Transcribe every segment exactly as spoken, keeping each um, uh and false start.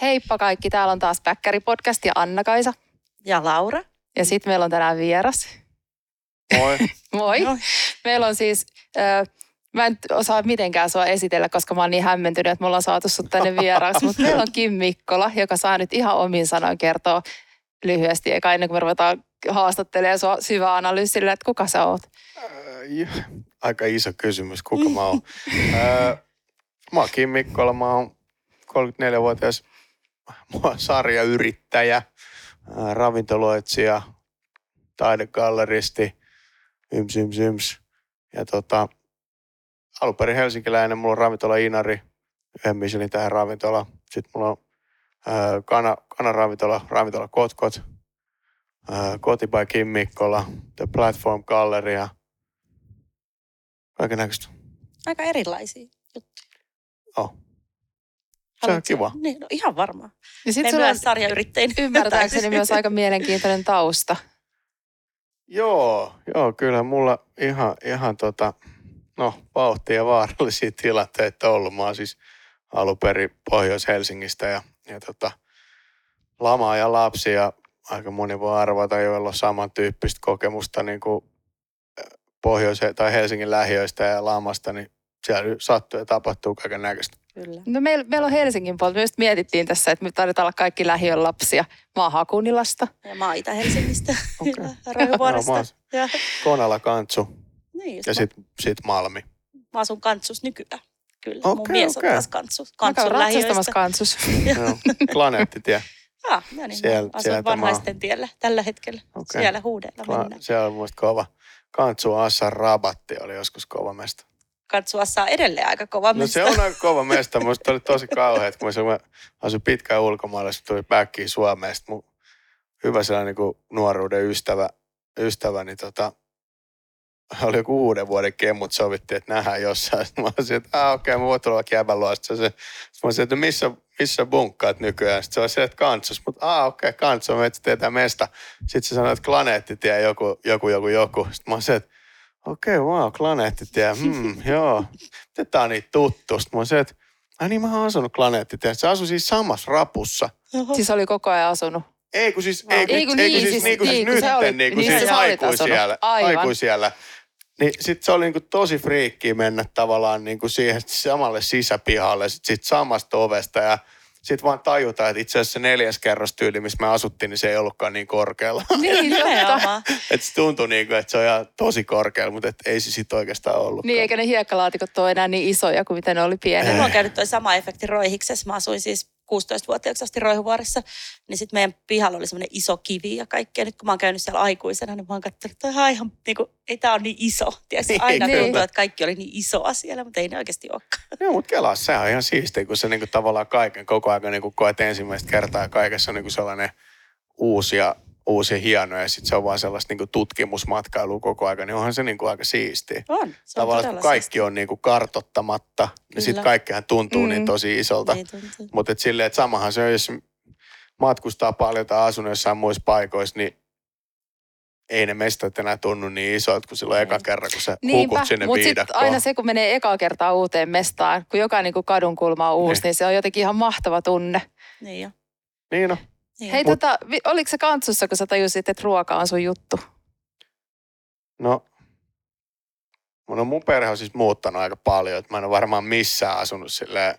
Heippa kaikki, täällä on taas Päkkäri-podcast ja Anna-Kaisa. Ja Laura. Ja sitten meillä on tänään vieras. Moi. Moi. Moi. Meillä on siis, äh, mä en osaa mitenkään sua esitellä, koska mä oon niin hämmentynyt, että me ollaan saatu sut tänne vieraaksi. Mutta meillä on Kim Mikkola, joka saa nyt ihan omin sanoin kertoa lyhyesti, eikä ennen kuin me ruvetaan haastattelemaan sua syvää analyysillä, että kuka sä oot? Äh, aika iso kysymys, kuka mä oon. äh, mä oon Kim Mikkola, mä oon kolmekymmentäneljävuotias sarjayrittäjä, äh, ravintoloitsija, taidegalleristi, yms, yms, yms. Ja tota, alunperin helsinkiläinen, mulla on ravintola Inari, yhden Michelin tähän ravintola. Sitten mulla on äh, kana, kanaravintola, ravintola Kotkot, äh, Koti by Kim Mikkola, The Platform Gallery ja kaiken näköistä. Aika erilaisia juttuja. Oh. Se on kiva. Niin, no ihan varmaan. Ja sit Me sulla on myös sarjayrittäjinä. ymmärtääkseni myös aika mielenkiintoinen tausta. Joo, joo, kyllä mulla ihan, ihan tota, no, vauhtia ja vaarallisia tilanteita on ollut. Mä oon siis alunperin Pohjois-Helsingistä ja, ja tota, lama ja lapsi ja aika moni voi arvata, joilla on samantyyppistä kokemusta niin kuin Pohjois- tai Helsingin lähiöistä ja lamasta, niin siellä sattuu ja tapahtuu kaiken näköistä. Kyllä. No meillä, meillä on Helsingin puolta. Me just mietittiin tässä, että me taidetaan olla kaikki lähiön lapsia. Mä oon Hakunilasta. Ja mä oon Itä-Helsingistä. Okei. Ja Roihuvuoresta. No, mä ja, Konala, Kantsu niin, ja mä, sitten sit Malmi. mä asun Kantsus nykyään. Kyllä, Okei, mun mies okei. on taas Kantsu, Mä käyn Kantsun ratsastamassa lähiöistä. Kantsus. Joo, Planeettitie. Ah, no niin, Siellä- mä asun sieltä mä oon. vanhaisten tiellä tällä hetkellä. Okei. Siellä huudella Kla- mennään. Siellä on muista kova. Kantsu Assan Rabatti oli joskus kova mesta. Kantsu saa edelleen aika kova No mesta. se on aika kova mesta. Musta oli tosi kauheat, kun mä silloin asuin pitkään ulkomailla, sitten tuli backiin Suomeen. Sitten mun hyvä sellainen niin nuoruuden ystävä, ystävä, niin tota, oli joku uuden vuoden kemmut, sovittiin, että nähdään jossain. Sitten mä olisin, että ah, okei, okay, mä voin tulla vaikka jäbän luo. Sitten se, sitten mä olisin, että missä, missä bunkkaat nykyään? Sitten se oli se, että Kantsus. Mutta ah, okei, okay, Kantsu, me etsi teetään mesta. Sitten se sanoi, että Planeettitie joku, joku, joku, joku. Sitten mä olisin, että okei, okay, wow, Planeettitie, hmm, joo. Miten tää on niin tuttu? Sitten mä olisin, että ai niin, mä oon asunut Planeettitie. Se asui siis samassa rapussa. Oho. Siis oli koko ajan asunut. Ei kun siis, ei, kun, Ei kun ei, kun niin, siis, siis- niin kuin niin, siis kun nyt, sä olit- niin kuin niin siis sä olit aikui asunut. siellä. Aivan. Aikui siellä. Niin sit se oli niin kuin tosi friikkiä mennä tavallaan niin kuin siihen samalle sisäpihalle, sit, sit samasta ovesta ja sit vaan tajuta, että itse asiassa se neljäs kerrostyyli, missä me asuttiin, niin se ei ollutkaan niin korkealla. Niin, totta. Nimenomaan. Että se tuntui niin kuin, että se on ihan tosi korkealla, mutta et ei se sit oikeastaan ollutkaan. Niin, eikä ne hiekkalaatikot ole enää niin isoja kuin mitä ne oli pienellä. Mulla on käynyt toi sama efekti Roihiksessa. Mä asuin siis kuusitoistavuotiaaksi asti Roihuvuoressa. Niin sitten meidän pihalla oli semmoinen iso kivi ja kaikkea. Nyt kun mä oon käynyt siellä aikuisena, niin mä oon katsonut, että toi on ihan, niin kuin, ei tää ole niin iso. Tiedätkö? Aina Niin. tuntuu, että kaikki oli niin isoa siellä, mutta ei ne oikeasti olekaan. Joo, mutta kelaa, se on ihan siistiä, kun sä niinku tavallaan kaiken koko ajan niinku koet ensimmäistä kertaa ja kaikessa on niinku sellainen uusi ja, uusi ja hieno ja sitten se on vaan sellaista niinku tutkimusmatkailua koko ajan, niin onhan se niinku aika siistiä. On. Se on Tavallaan kun todella kaikki on niinku kartottamatta, niin sitten Kyllä. kaikkihan tuntuu Mm. niin tosi isolta. siistiä. Niin tuntuu. Mutta silleen, että samahan se on, jos matkustaa paljon tai asunut jossain muissa paikoissa, niin ei ne mestat enää tunnu niin isolta kuin silloin eka kerran, kun sä Niinpä, hukut sinne mutta sitten viidakkoon. aina se, kun menee ekaa kertaa uuteen mestaan, kun joka niin kuin kadun kulma on uusi, Niin. niin se on jotenkin ihan mahtava tunne. Niin jo. Niin no. Niin Hei, jo. Mut- tota, vi- oliko se Kantsussa, kun sä tajusit, että ruoka on sun juttu? No, no mun perhe on siis muuttanut aika paljon, että mä en ole varmaan missään asunut silleen,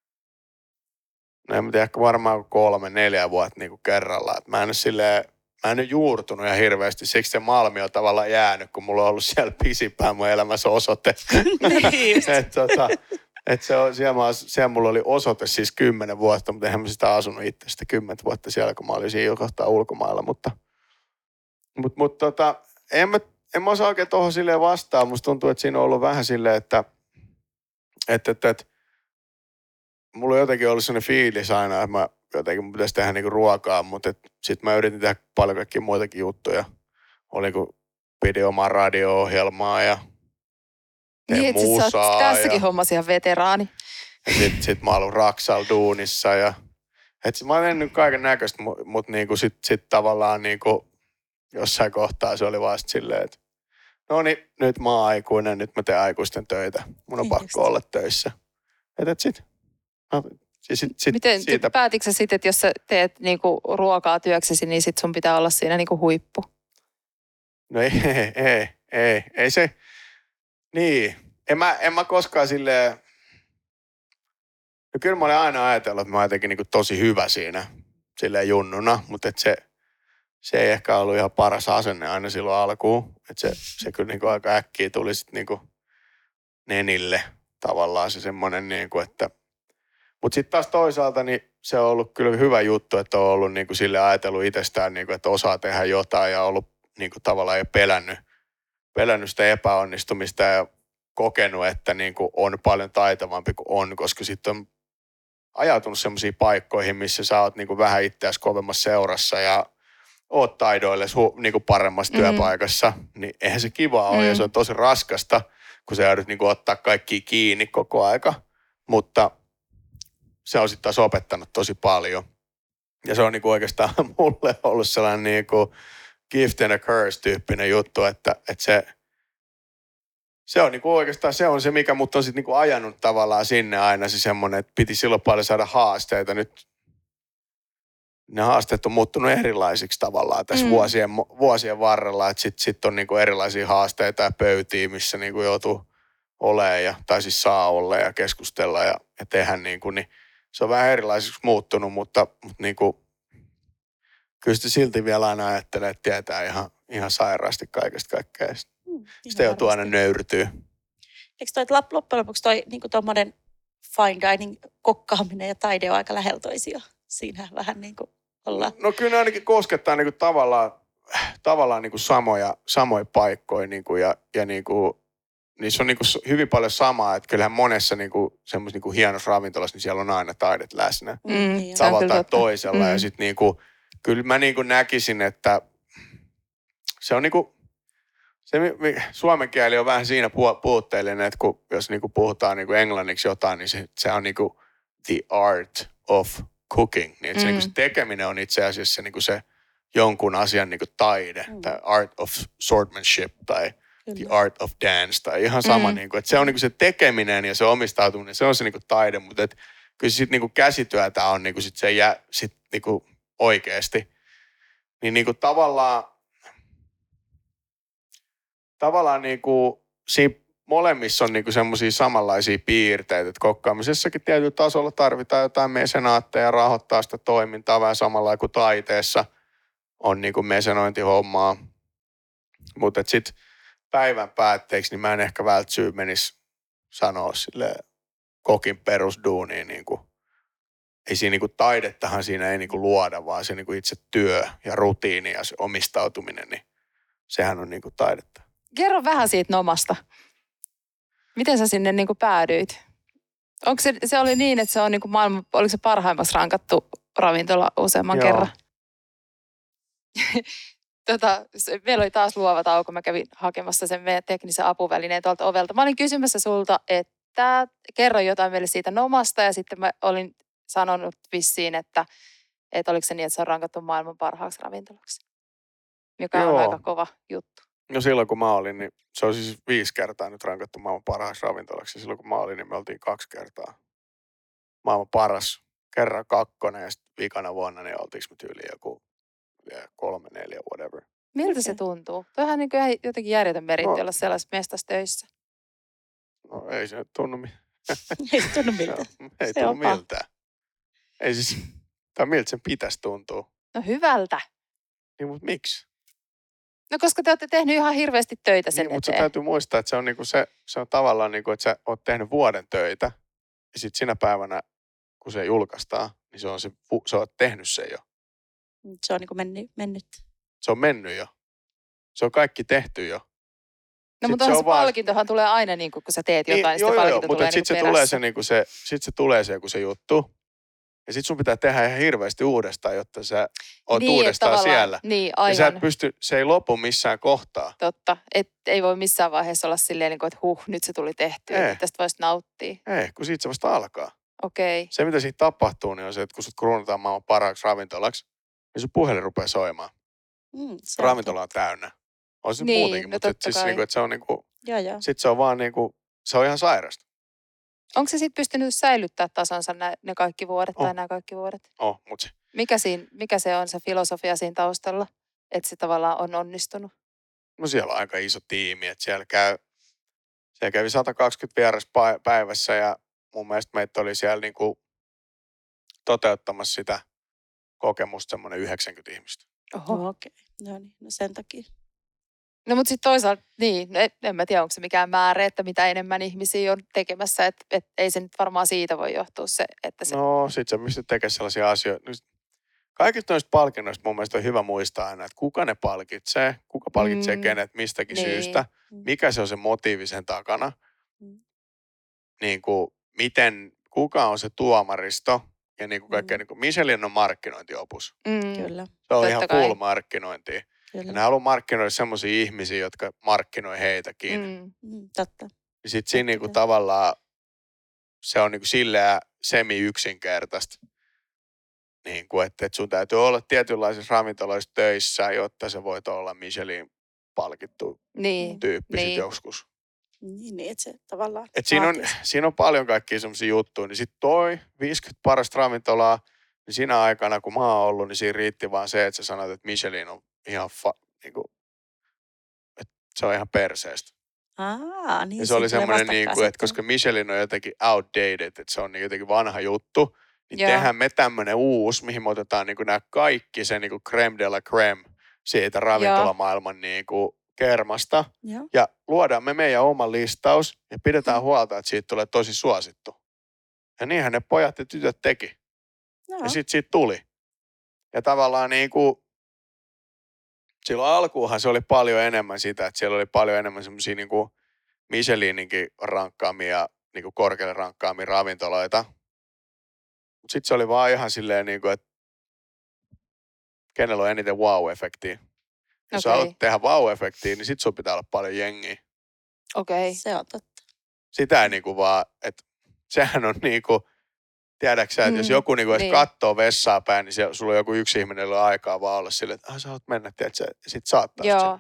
no en mä tiedä, ehkä varmaan kolme, neljä vuotta niin kuin kerrallaan. Että mä en ole silleen, mä en ole juurtunut ihan hirveästi, siksi se Malmi on tavallaan jäänyt, kun mulla on ollut siellä pisimpään mun elämässä osoite. Niin just. et, tota, et se on, siellä, mä, as- siellä mulla oli osoite siis kymmenen vuotta, mutta eihän mä sitä asunut itse sitä kymmentä vuotta siellä, kun mä olin siinä kohtaa ulkomailla, mutta mut, mut, tota, en, mä, en mä osaa oikein tuohon silleen vastaan. Musta tuntuu, että siinä on ollut vähän silleen, että että, että, että mulla on jotenkin ollut sellainen fiilis aina, että mä jotenkin mun pitäisi tehdä niinku ruokaa, mutta sitten mä yritin tehdä paljon kaikkia muitakin juttuja. Oli kun pidi omaa radio-ohjelmaa ja tein Niin, että sit sä musaa oot tässäkin ja, hommassa ihan veteraani. ja sit, sit mä oon ollut Raksal duunissa ja et sit mä oon tehnyt kaiken näköistä, mutta mut niinku sit, sit tavallaan niinku jossain kohtaa se oli vaan sit silleen, että no niin, nyt mä oon aikuinen, nyt mä teen aikuisten töitä. Mun on Niin pakko just. olla töissä. Et, et sit. Mä Siis sit, sit, Miten, siitä... päätitkö sä sitten, että jos sä teet niinku ruokaa työksesi, niin sit sun pitää olla siinä niinku huippu? No ei, ei, ei, ei, ei se, niin, en mä, en mä koskaan silleen, no kyllä mä olen aina ajatellut, että mä oon jotenkin niinku tosi hyvä siinä, silleen junnuna, mutta et se, se ei ehkä ollut ihan paras asenne aina silloin alkuun, että se, se kyllä niinku aika äkkiä tuli sitten niinku nenille tavallaan se semmoinen niinku, että, mutta sitten taas toisaalta niin se on ollut kyllä hyvä juttu, että on ollut niinku sille ajatellut itsestään, niinku, että osaa tehdä jotain ja ollut niinku tavallaan ei pelännyt, pelännyt sitä epäonnistumista ja kokenut, että niinku on paljon taitavampi kuin on, koska sitten on ajautunut semmoisiin paikkoihin, missä sä oot niinku vähän itseäsi kovemmassa seurassa ja oot taidoille hu- niinku paremmassa mm-hmm. työpaikassa, niin eihän se kivaa ole mm-hmm. ja se on tosi raskasta, kun sä joudut niinku ottaa kaikkia kiinni koko aika, mutta se on sitten taas opettanut tosi paljon. Ja se on niinku oikeastaan mulle ollut sellainen niinku gift and a curse-tyyppinen juttu, että, että se, se on niinku oikeastaan se on se, mikä mut on sitten niinku ajanut tavallaan sinne aina se semmoinen, että piti silloin paljon saada haasteita. Nyt ne haasteet on muuttunut erilaisiksi tavallaan tässä mm. vuosien, vuosien varrella, että sitten sit on niinku erilaisia haasteita ja pöytiä, missä niinku joutuu olemaan ja, tai siis saa olla ja keskustella ja, ja tehdä niinku, niin se on vähän erilaisiksi muuttunut, mutta, mutta niinku, kyllä sitä silti vielä aina ajattelee, että tietää ihan, ihan sairaasti kaikesta kaikkea. Mm, sitä joutuu aina nöyrtyä. Eikö toi loppujen lopuksi toi niin tuommoinen fine dining kokkaaminen ja taide on aika lähellä toisia? Siinä vähän niin kuin ollaan. No kyllä ne ainakin koskettaa niin kuin tavallaan, tavallaan niin kuin samoja, samoja paikkoja niin kuin ja, ja niin kuin, niissä on niin kuin hyvin paljon samaa, että kyllähän monessa niin kuin semmoisessa niin kuin hienossa ravintolassa, niin siellä on aina taidet läsnä. Mm, tavalla tai toisella. Mm. Ja sitten niin kuin, kyllä mä niin kuin näkisin, että se on niin kuin, se suomen kieli on vähän siinä puutteellinen, että kun, jos niin kuin puhutaan niin kuin englanniksi jotain, niin se, se on niin kuin the art of cooking. Niin, että se, mm. niin kuin se tekeminen on itse asiassa se, niin kuin se jonkun asian niin kuin taide, mm. tai art of swordmanship, tai kyllä. the art of dance, tai ihan sama. Mm. Niin kuin, että se on niin kuin se tekeminen ja se omistautuminen, se on se niin kuin taide, mutta että kyllä sitten niin kuin käsityötä on niin kuin sit se jää, sit niin kuin oikeasti. Niin, niin kuin tavallaan Tavallaan niin kuin siinä molemmissa on niin kuin semmoisia samanlaisia piirteitä, että kokkaamisessakin tietyllä tasolla tarvitaan jotain mesenaatteja rahoittaa sitä toimintaa vähän samalla kuin taiteessa on niin kuin mesenointihommaa. Mutta sitten päivän päätteeksi niin mä en ehkä vältsyy menisi sanoa sille kokin perusduuniin. Niin kuin, ei siinä niin kuin taidettahan siinä ei niin kuin luoda, vaan se niin kuin itse työ ja rutiini ja se omistautuminen, niin sehän on niin kuin taidetta. Kerro vähän siitä Nomasta. Miten sä sinne niin kuin päädyit? Onko se, se oli niin, että se on niin kuin maailman, oliko se parhaimmas rankattu ravintola useamman Joo. kerran? tota, meillä oli taas luova tauko. Mä kävin hakemassa sen meidän teknisen apuvälineen tuolta ovelta. Mä olin kysymässä sulta, että kerro jotain meille siitä Nomasta ja sitten mä olin sanonut vissiin, että, että oliko se niin, että se on rankattu maailman parhaaksi ravintolaksi. Joka Joo. on aika kova juttu. No silloin kun mä olin, niin se on siis viisi kertaa nyt rankattu maailman parhaaksi ravintolaksi. Silloin kun mä olin, niin me oltiin kaksi kertaa maailman paras. Kerran kakkonen ja sitten viikana vuonna niin oltiinko me tyyliin joku kolme, neljä, whatever. Miltä okay. se tuntuu? Tuohan niin kuin jotenkin järjetön meritti no. olla sellaisessa mestassa töissä. No ei se tunnu miltään. ei se tunnu miltään. ei se tunnu miltään. Ei siis, tai miltä sen pitäisi tuntua. No hyvältä. Niin, mutta miksi? No koska te olette tehnyt ihan hirveästi töitä sen niin, eteen. mutta täytyy muistaa, että se on, niinku se, se on tavallaan niin kuin, että sä oot tehnyt vuoden töitä. Ja sitten sinä päivänä, kun se julkaistaan, niin se on se, sä oot tehnyt sen jo. Se on niin kuin mennyt, mennyt. Se on mennyt jo. Se on kaikki tehty jo. No sit mutta se, se vaan... palkintohan tulee aina, niin kuin, kun sä teet jotain, niin, niin joo, se palkinto joo, tulee mutta niin sitten se tulee se, niin kuin se, sit se tulee se joku se juttu. Ja sit sun pitää tehdä ihan hirveästi uudestaan, jotta sä oot niin, uudestaan siellä. Niin, aivan. Ja sä et pysty, se ei lopu missään kohtaa. Totta. Et ei voi missään vaiheessa olla silleen, että huh, nyt se tuli tehtyä. Ei. Tästä voisi nauttia. Ei, kun siitä se vasta alkaa. Okei. Okay. Se, mitä siitä tapahtuu, niin on se, että kun sut kruunataan maailman parhaaksi ravintolaksi, niin sun puhelin rupeaa soimaan. Mm, ravintola on täynnä. On se niin, muutenkin, no mutta sit, siis, niin kuin, että se on niin kuin, sit se on vaan niin kuin, se on ihan sairasta. Onko se sitten pystynyt säilyttää tasonsa nä, ne kaikki vuodet Oh. tai nämä kaikki vuodet? Oh, mut se, Mikä, siinä, mikä se on se filosofia siinä taustalla, että se tavallaan on onnistunut? no siellä on aika iso tiimi, että siellä käy, siellä kävi sata kaksikymmentä vieras pa- päivässä ja mun mielestä meitä oli siellä niinku toteuttamassa sitä kokemusta semmoinen yhdeksänkymmentä ihmistä. Oho. Okei, okay. No niin, no sen takia. No mutta sitten toisaalta, niin, no en, en mä tiedä, onko se mikään määrä, että mitä enemmän ihmisiä on tekemässä, että et, ei se nyt varmaan siitä voi johtua se, että se... No sit sä pystyt tekemään sellaisia asioita. Kaikista noista palkinnoista mun mielestä on hyvä muistaa aina, että kuka ne palkitsee, kuka palkitsee Mm. kenet mistäkin Niin. syystä, Mm. mikä se on se motiivi sen takana, Mm. niin kuin miten, kuka on se tuomaristo ja niin kuin kaikkea, Mm. niin kuin Michelin on markkinointiopus. Mm, Kyllä, Se on Totta ihan kai. full markkinointia. Ja kyllä. ne haluaa markkinoida semmoisia ihmisiä, jotka markkinoi heitäkin. Mm. mm, Mm, totta. Ja sit siinä niin kuin Totta kai. tavallaan se on niin kuin silleen semi-yksinkertaista. Niin kuin, että, että sun täytyy olla tietynlaisissa ravintoloissa töissä, jotta sä voit olla Michelin palkittu niin, tyyppi sit Niin. joskus. Niin, niin, että se tavallaan Et siinä, on, vaatii sitä. siinä on paljon kaikkia semmoisia juttuja. Niin sit toi viisikymmentä parasta ravintolaa, niin siinä aikana kun mä oon ollut, niin siinä riitti vaan se, että sä sanoit, että Michelin on ihan fa, niin kuin, että se on ihan perseestä. Aa, niin Ja se oli siitä tulee semmoinen, niin kuin, että vastakkainasettelu. koska Michelin on jotenkin outdated, että se on niin jotenkin vanha juttu, niin Joo. tehdään me tämmöinen uusi, mihin me otetaan niin kuin nämä kaikki se niin kuin creme de la creme siitä ravintolamaailman niin kuin kermasta. Joo. Ja luodaan me meidän oma listaus ja pidetään huolta, että siitä tulee tosi suosittu. Ja niinhän ne pojat ja tytöt teki. Joo. Ja sitten siitä tuli. Ja tavallaan niin kuin, silloin alkuunhan se oli paljon enemmän sitä, että siellä oli paljon enemmän semmoisia niin kuin Michelininkin rankkaamia, niin kuin korkealle rankkaamia ravintoloita. Mutta sitten se oli vaan ihan silleen, niin kuin, että kenellä on eniten wow-efektiä. Jos Okei. okay. haluat tehdä wow-efektiä, niin sitten sun pitää olla paljon jengiä. okei. Okay. Se on totta. Sitä ei niin kuin vaan, että sehän on niin kuin, tiedätkö sä, että jos Mm, joku niin kuin edes niin. katsoo vessaa päin, niin siellä, sulla on joku yksi ihminen, jolla on aikaa vaan olla silleen, että ah, sä haluat mennä, tiedätkö, sit saattaa Joo,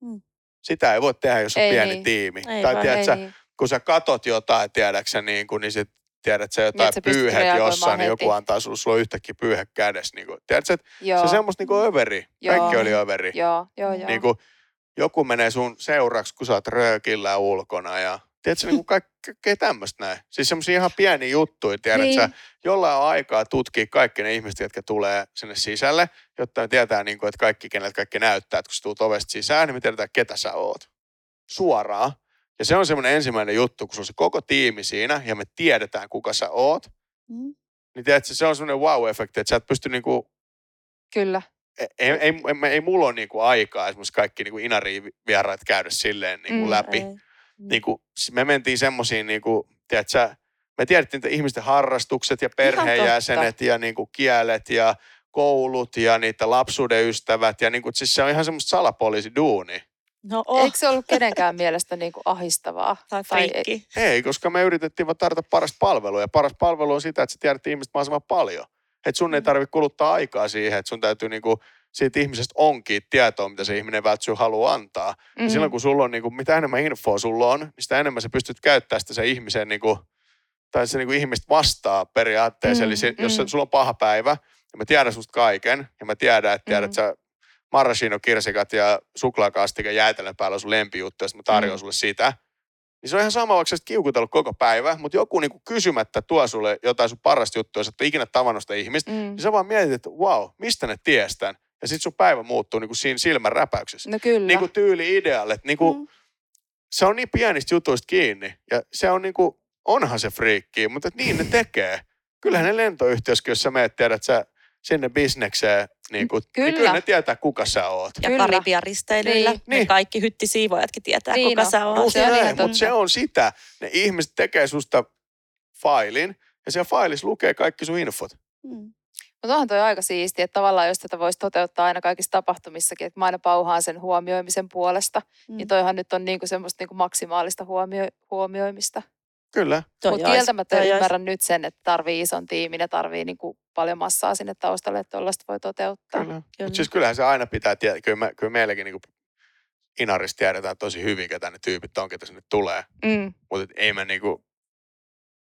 Sitä ei voi tehdä, jos on Ei pieni niin. tiimi. Ei tai voi. tiedät ei sä, niin. kun sä katot jotain, tiedätkö sä, niin, kuin, niin sit tiedät sä jotain Niin, että sä pystyt pyyhet reagoimaan jossain, niin joku heti. antaa sulle, sulla on yhtäkkiä pyyhe kädessä. Niin kuin, tiedät sä, että Joo, se on semmoista niin kuin överi. Joo. Kaikki oli överi. joo, joo, joo. Niin kuin, joku menee sun seuraksi, kun sä oot röökillä ulkona ja tiedätkö, niin kuin kaikkea tämmöistä näin. Siis semmoisia ihan pieniä juttuja, tiedät Niin. sä, jolla on aikaa tutkia kaikki ne ihmiset, jotka tulee sinne sisälle, jotta me tietää, niin kuin, että kaikki, keneltä kaikki näyttää, että kun sä tulet ovesta sisään, niin me tiedetään, ketä sä oot. Suoraan. Ja se on semmoinen ensimmäinen juttu, kun sulla on se koko tiimi siinä ja me tiedetään, kuka sä oot. Mm. Niin tiedätkö, se on semmoinen wow-efekti, että sä et pysty niinku, Kyllä. ei, ei, ei, ei, ei mulla ole niinku aikaa esimerkiksi kaikki niinku Inari-vieraat käydä silleen niinku Mm, läpi. Ei. Mm. Niinku, me mentiin semmoisiin, niinku, tiedätkö, sä, me tiedettiin että ihmisten harrastukset ja perheenjäsenet ja niinku kielet ja koulut ja niitä lapsuuden ystävät. Ja niinku, siis se on ihan semmoista salapoliisiduunia. No oh, Eikö se ollut kenenkään mielestä niinku ahistavaa? tai Tai ei- friikki. Ei, koska me yritettiin vaan tarjota parasta palvelua. Ja paras palvelu on sitä, että sä tiedät ihmistä mahdollisimman paljon. Että sun ei Mm. tarvitse kuluttaa aikaa siihen, että sun täytyy niinku, siitä ihmisestä onkin tietoa, mitä se ihminen välttämättä haluaa antaa. Mm. Ja silloin kun sulla on, niinku, mitä enemmän infoa sulla on, niin sitä enemmän sä pystyt käyttämään sitä sen ihmisen, niinku, tai se niinku ihmistä vastaa periaatteessa. Mm, Eli se, jos mm. sulla on paha päivä, ja mä tiedän susta kaiken, ja mä tiedän, että tiedät Mm. sä maraschino-kirsikat ja suklaakastike jäätelön päällä on sun lempijuttu, ja sit mä tarjoan Mm. sulle sitä. Niin se on ihan sama, vaikka sä olisit kiukutellut koko päivä, mutta joku niinku kysymättä tuo sulle jotain sun parasta juttua, jos et ole ikinä tavannut sitä ihmistä, Mm. niin sä vaan mietit, että wow, mistä ne ties tän? Ja sit sun päivä muuttuu niinku siinä silmän räpäyksessä. No kyllä. Niinku tyyli idealle, että niinku, Mm. se on niin pienistä jutuista kiinni. Ja se on niinku, onhan se friikki, mutta et niin ne tekee. Kyllähän ne lentoyhtiössäkin, jos sä meet, tiedät sä sinne bisnekseen, niinku, Kyllä. niin kyllä ne tietää, kuka sä oot. Ja Kyllä. Karibian risteilyillä Niin. ne Niin. kaikki hyttisiivoajatkin tietää, Niin kuka on. sä oot. Just se on ihan näin, mutta totta. se on sitä. Ne ihmiset tekee susta failin, ja siellä failissa lukee kaikki sun infot. Mm. Mutta onhan toi aika siistiä, että tavallaan jos tätä voisi toteuttaa aina kaikissa tapahtumissakin, että mä aina pauhaan sen huomioimisen puolesta, Mm. niin toihan nyt on niinku semmoista niinku maksimaalista huomio- huomioimista. Kyllä. Toi Mutta ois- kieltämättä toi ois- ymmärrän nyt sen, että tarvii ison tiimin ja tarvii niinku paljon massaa sinne taustalle, että tuollaista voi toteuttaa. Kyllä. Kyllä. Mutta siis kyllähän se aina pitää tietää. Kyllä, me, kyllä meilläkin niinku Inarissa tiedetään tosi hyvin, ketä ne tyypit on, ketä sinne tulee. Mm. Mutta ei me niinku,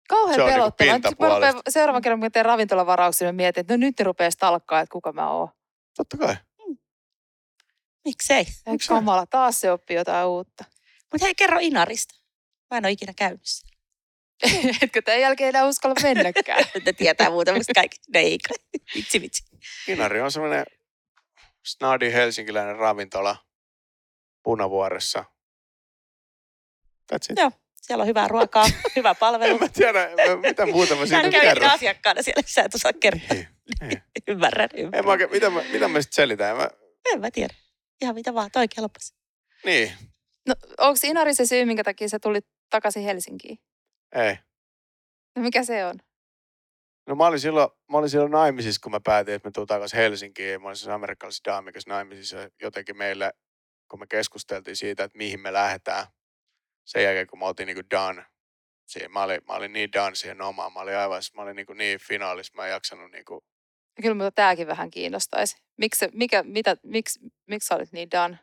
Kauhean Se on niinku pelottavaa. Nyt mä rupean, pintapuolesta. seuraavan kerran, kun mä teen ravintolavarauksia, mä mietin, että no nyt ne rupeaa stalkkaa, että kuka mä oon. Totta kai. Miksei? Ei Miksei? kamala, taas se oppii jotain uutta. Mutta hei, kerro Inarista. Mä en ole ikinä käynyt siellä. Etkö tämän jälkeen enää uskalla mennäkään? Ne tietää muuta, mutta kaikki. Ne ei kai. Vitsi, vitsi. Inari on semmoinen snadi helsinkiläinen ravintola Punavuoressa. That's it. Joo, siellä on hyvää ruokaa, hyvä palvelu. En mä tiedä, mä- mitä muuta mä Sä siitä en käy ikinä kerron. asiakkaana siellä, sä et osaa kertoa. Ei, ei. Ymmärrän, En ymmärrän. mä oikein, mitä mä, mitä mä sit selitän? En Mä, En mä tiedä. Ihan mitä vaan, toi kelpasi. niin, No, onko Inari se syy, minkä takia sä tulit takaisin Helsinkiin? ei. No mikä se on? No mä olin silloin, mä olin silloin naimisissa, kun mä päätin, että mä tulen takaisin Helsinkiin. Mä olin siis amerikkalaisessa daamikas naimisissa ja jotenkin meille, kun me keskusteltiin siitä, että mihin me lähdetään. Sen jälkeen, kun mä oltiin niin kuin done. Siihen, mä, olin, mä olin niin done siihen omaan. Mä olin aivan, mä olin niin, kuin niin finaalissa. Mä en jaksanut niin kuin, Kyllä mutta tämäkin vähän kiinnostaisi. Miksi, se- mikä, mitä, miksi, miksi sä olit niin done?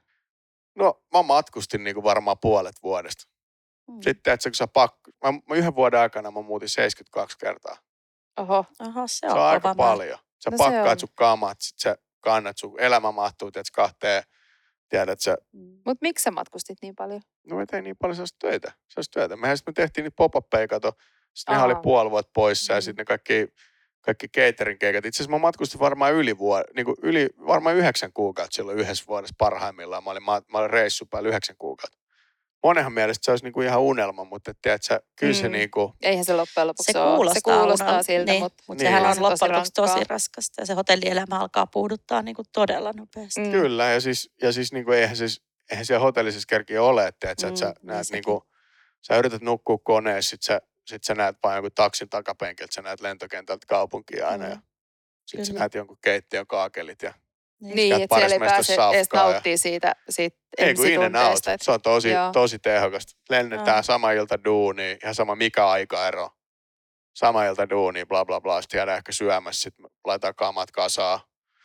no mä matkustin niin kuin varmaan puolet vuodesta. Mm. Sitten, että kun sä pakko, mä, mä yhden vuoden aikana mä muutin seitsemänkymmentäkaksi kertaa. Oho. Oho, se Se on, on aika kova määrä. paljon. Sä No se pakkaat on. sun kamat, sit sä kannat sun elämä mahtuu, tiedät, kahteen, tiedät sä, Mm. Mutta miksi sä matkustit niin paljon? no me tein niin paljon sellaista töitä, sellaista työtä. Mehän sitten me tehtiin niitä pop-uppeja, kato, sitten nehän Aa. oli puoli vuotta poissa ja Mm. sitten ne kaikki, kaikki catering keikat. Itse asiassa mä matkustin varmaan yli, vuod, niin kuin yli varmaan yhdeksän kuukautta silloin yhdessä vuodessa parhaimmillaan. Mä olin, mä, mä olin reissu päällä yhdeksän kuukautta. Monenhan mielestä se olisi niin kuin ihan unelma, mutta et tiedät sä, kyllä se Mm. niin kuin, Eihän se loppujen lopuksi Se ole. kuulostaa, se kuulostaa unelma. siltä, niin, mutta mutta Niin. sehän on on se loppujen tosi lopuksi tosi rankkaa. raskasta ja se hotellielämä alkaa puuduttaa niin kuin todella nopeasti. Mm. kyllä. Ja siis, ja siis niin kuin, eihän, siis, eihän siellä hotellisessa kerkiä ole, että et sä, et sä Mm, näet niin niin kuin, sä yrität nukkua koneessa, sit sä, sit sä näet vaan jonkun taksin takapenkiltä, sä näet lentokentältä kaupunkia aina Mm. ja sit sä Kyllä. näet jonkun keittiön kaakelit ja Niin, Käyt että siellä ei parismestassa pääse edes safkaa ja- nauttia siitä, siitä ei kun in and out. ensitunteesta. että- Se on tosi, Joo. tosi tehokasta. Lennetään Joo. sama ilta duuniin, ihan sama mikä aikaero. Sama ilta duuniin, bla bla bla. Sitten jäädään ehkä syömässä, sitten laitetaan kamat kasaan.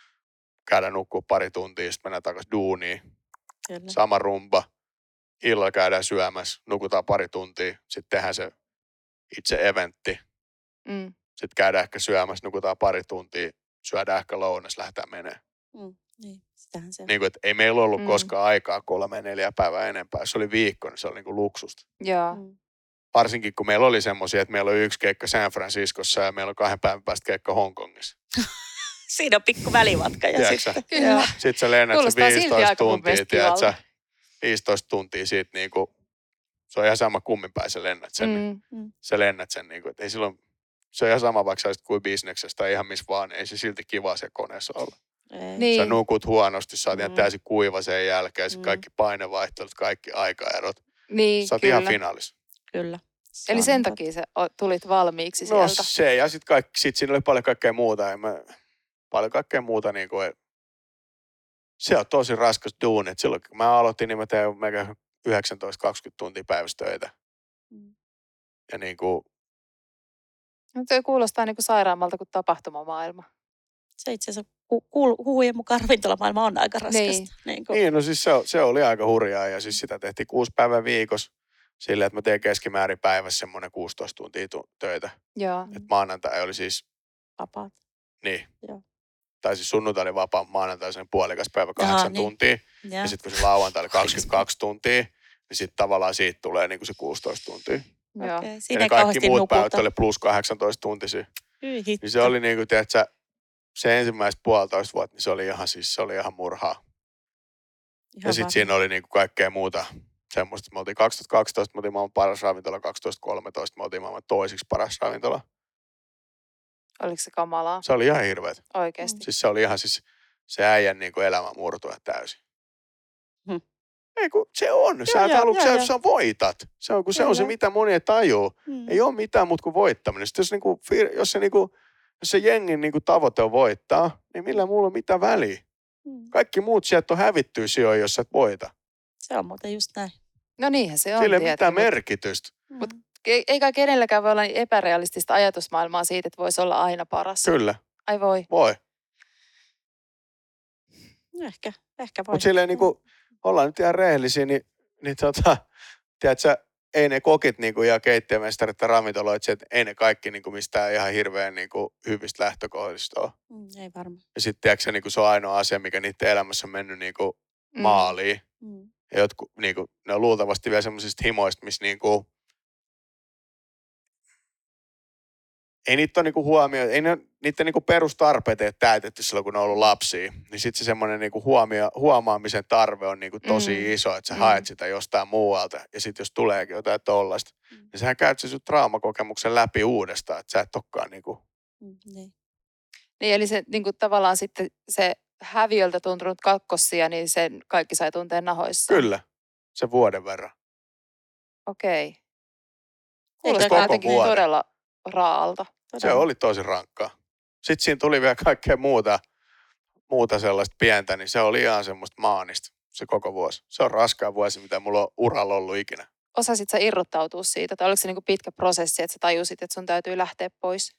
Käydään nukkua pari tuntia, sitten mennään takaisin duuniin. Kyllä. Sama rumba. Illalla käydään syömässä, nukutaan pari tuntia. Sitten tehdään se itse eventti. Mm. Sitten käydään ehkä syömässä, nukutaan pari tuntia. Syödään ehkä lounas, lähdetään menee. Mm, niin, sitähän se on. Niin kuin, että ei meillä ollut Mm. koskaan aikaa kolme, neljä päivää enempää. Jos se oli viikko, niin se oli niin kuin luksusta. Joo. Mm. Varsinkin kun meillä oli semmoisia, että meillä oli yksi keikka San Franciscossa ja meillä on kahden päivän päästä keikka Hongkongissa. Siinä on pikku välimatka ja Tiedätkö sitten. Kyllä. Joo. Sitten sä lennät se Kuulostaa silti viisitoista aika mun tuntia, mielestä tiedät sä, kivalta. viisitoista tuntia siitä niinku, se on ihan sama kummin päin sä lennät sen, niin Mm. sä lennät sen niinku, että ei silloin, se on ihan sama vaikka sä olisit kuin bisneksessä tai ihan missä vaan, ei se silti kiva siellä koneessa olla. Ei. Niin. Sä nukut huonosti, sä oot ihan Mm. täysin kuiva sen jälkeen, sit Mm. kaikki painevaihtelut, kaikki aikaerot. Niin, Sä oot kyllä. ihan finaalissa. Kyllä. Se Eli on sen totta. takia sä o- tulit valmiiksi No sieltä. se ja sitten kaikki, sit siinä oli paljon kaikkea muuta. En mä, paljon kaikkea muuta niin kuin, se on tosi raskas duuni. Et silloin kun mä aloitin, niin mä tein meikä yhdeksäntoista kaksikymmentä tuntia päivässä töitä. Mm. Ja niin kuin, No, toi kuulostaa niin kuin sairaammalta kuin tapahtumamaailma. Se itse asiassa ku- kuul- huhujen mukaan ravintolamaailma on aika raskasta. Niin. Niin kuin, niin no siis se, se oli aika hurjaa ja siis sitä tehtiin kuusi päivää viikossa. Silleen, että mä tein keskimäärin päivässä semmoinen kuusitoista tuntia tu- töitä. Joo. Mm. Et maanantai oli siis, vapaat. niin. Joo. Tai siis sunnuntai oli vapaa, maanantai sen puolikas päivä kahdeksan niin. tuntia. Ja, Ja sitten kun se lauantai oli kaksikymmentäkaksi tuntia, niin sitten tavallaan siitä tulee niinku se kuusitoista tuntia. Joo. okay. Ja Siinä ne ei kaikki kauheasti muut päivät nukuta. oli plus kahdeksantoista tuntisia. Hyi hitto. Niin se oli niinku, tiedätkö, se ensimmäiset puolitoista vuotta, niin se oli ihan siis, se oli ihan murhaa. Ihan Ja sitten varma. siinä oli niinku kaikkea muuta semmoista. Me oltiin kaksituhattakaksitoista, me oltiin maailman paras ravintola, kaksituhattakolmetoista me oltiin maailman toisiksi paras ravintola. Oliko se kamalaa Se oli ihan hirveet. oikeasti? Siis se oli ihan siis, se äijän niinku elämä murtua täysin. Hmm. Ei kun se on. Sä Joo, et joo, halua, joo, sä, joo. sä voitat. Se on, kun se on se, Kyllä. mitä moni ei tajuu. Mm. Ei ole mitään muuta kuin voittaminen. Sitten jos, niinku, fir- jos, se, niinku, jos se jengin niinku, tavoite on voittaa, niin millä muulla on mitään väliä. Mm. Kaikki muut sieltä on hävittyä sijoja, jos sä et voita. Se on muuten just näin. No niinhän se on. Sillä ei tietenkin, mitään mutta merkitystä. Mut ei- eikä kenelläkään voi olla niin epärealistista ajatusmaailmaa siitä, että voisi olla aina paras. Kyllä, Ai voi. voi. No ehkä, ehkä voi. Mutta silleen niinku, ollaan nyt ihan rehellisiä, niin, niin tota, tiedätkö, ei ne kokit niinku ja keittiömestarit ja ravintoloitsijat, ei ne kaikki niinku mistään ihan hirveän niinku hyvistä lähtökohdista ole. Mm, ei varmaan. Ja sitten tiedätkö niinku se on ainoa asia, mikä niiden elämässä on mennyt niinku Mm. maaliin. Mm. Ja jotkut, niinku, ne on luultavasti vielä semmoisista himoista, missä niinku, ei niitä ole niinku huomio, ei ne, niiden niinku perustarpeet ei täytetty silloin, kun ne on ollut lapsia. Niin sitten se semmoinen niinku huomio, huomaamisen tarve on niinku tosi Mm. iso, että sä Mm. haet sitä jostain muualta. Ja sitten jos tuleekin jotain tollasta, Mm. niin sähän käyt sen sun traumakokemuksen läpi uudestaan, että sä et olekaan niinku. Mm, niin. Niin, eli se niin kuin tavallaan sitten se häviöltä tuntunut kakkosia, niin sen kaikki sai tuntea nahoissa. Kyllä, se vuoden verran. Okei. Eikö Kuulostaa koko jotenkin vuoden? todella raalta. Se Todella. oli tosi rankkaa. Sitten siinä tuli vielä kaikkea muuta, muuta sellaista pientä, niin se oli ihan semmoista maanista se koko vuosi. Se on raskaan vuosi, mitä mulla on uralla ollut ikinä. Osasit sä irrottautua siitä? Tai oliko se niin kuin pitkä prosessi, että sä tajusit, että sun täytyy lähteä pois?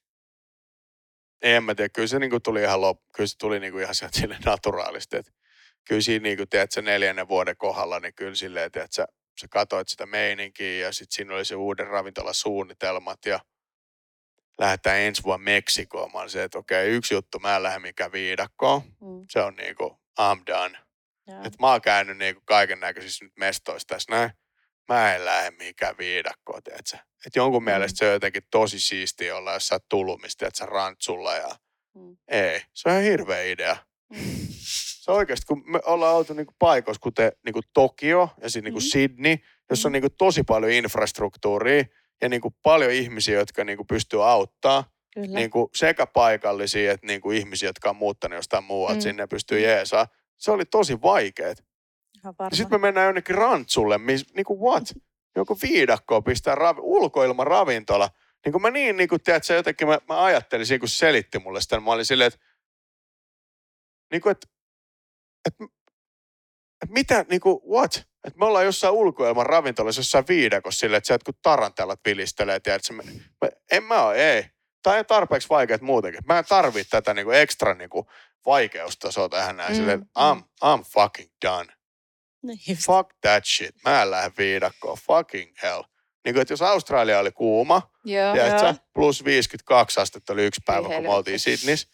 En mä tiedä, kyllä se niinku tuli ihan lop, kyllä se tuli niinku ihan sieltä sille naturaalisti. Et kyllä siinä niinku, tiedät, se neljännen vuoden kohdalla, niin kyllä silleen, että sä, sä katsoit sitä meininkiä ja sitten siinä oli se uuden ravintolasuunnitelmat ja lähdetään ensi vuonna Meksikoon. Mä olin se, että okei, yksi juttu, mä en lähde mikään viidakkoon. Mm. Se on niinku, I'm done. Joo. Et mä oon käynyt niinku kaiken näköisissä nyt mestoissa tässä näin. Mä en lähde mikään viidakkoon, tiedätkö? Et jonkun Mm. mielestä se on jotenkin tosi siistiä olla jossain tulumista, että sä rantsulla ja Mm. ei. Se on ihan hirveä idea. Mm. Se oikeasti, kun me ollaan oltu niinku paikoissa, kuten niinku Tokio ja sitten niinku Mm. Sydney, jossa on Mm. niinku tosi paljon infrastruktuuria ja niinku paljon ihmisiä, jotka niinku pystyy auttaa. Kyllä. Niinku sekä paikallisia että niinku ihmisiä, jotka on muuttanut jostain muualta Mm. sinne pystyy jeesaa. Se oli tosi vaikeet. Ihan Ja varma. sitten me mennään jonnekin rantsulle, missä niinku what? Joku viidakkoon pistää ravi, ulkoilma ravintola. Niin kuin mä niin, niin kuin tiedät, sä jotenkin mä, mä ajattelin siinä, kun se selitti mulle sitä, niin mä olin silleen, että niin kuin, että, että, että mitä, niin kuin, what? Että me ollaan jossain ulkoilman ravintolassa, jossain viidakossa silleen, että sä jotkut tarantellat vilistelee, tiedät, sä, mä, mä, en mä oo, ei. Tää on tarpeeksi vaikeat muutenkin. Mä en tarvii tätä niin kuin ekstra niin kuin vaikeustasoa tähän näin, Mm, silleen, että mm. I'm, I'm fucking done. Niin just. Fuck that shit. Mä en lähde viidakkoon. Fucking hell. Niin kuin, että jos Australia oli kuuma, Joo. tiedätkö, Joo. plus viisikymmentäkaksi astetta oli yksi päivä, Hyi kun me oltiin helvetti. Sydneys.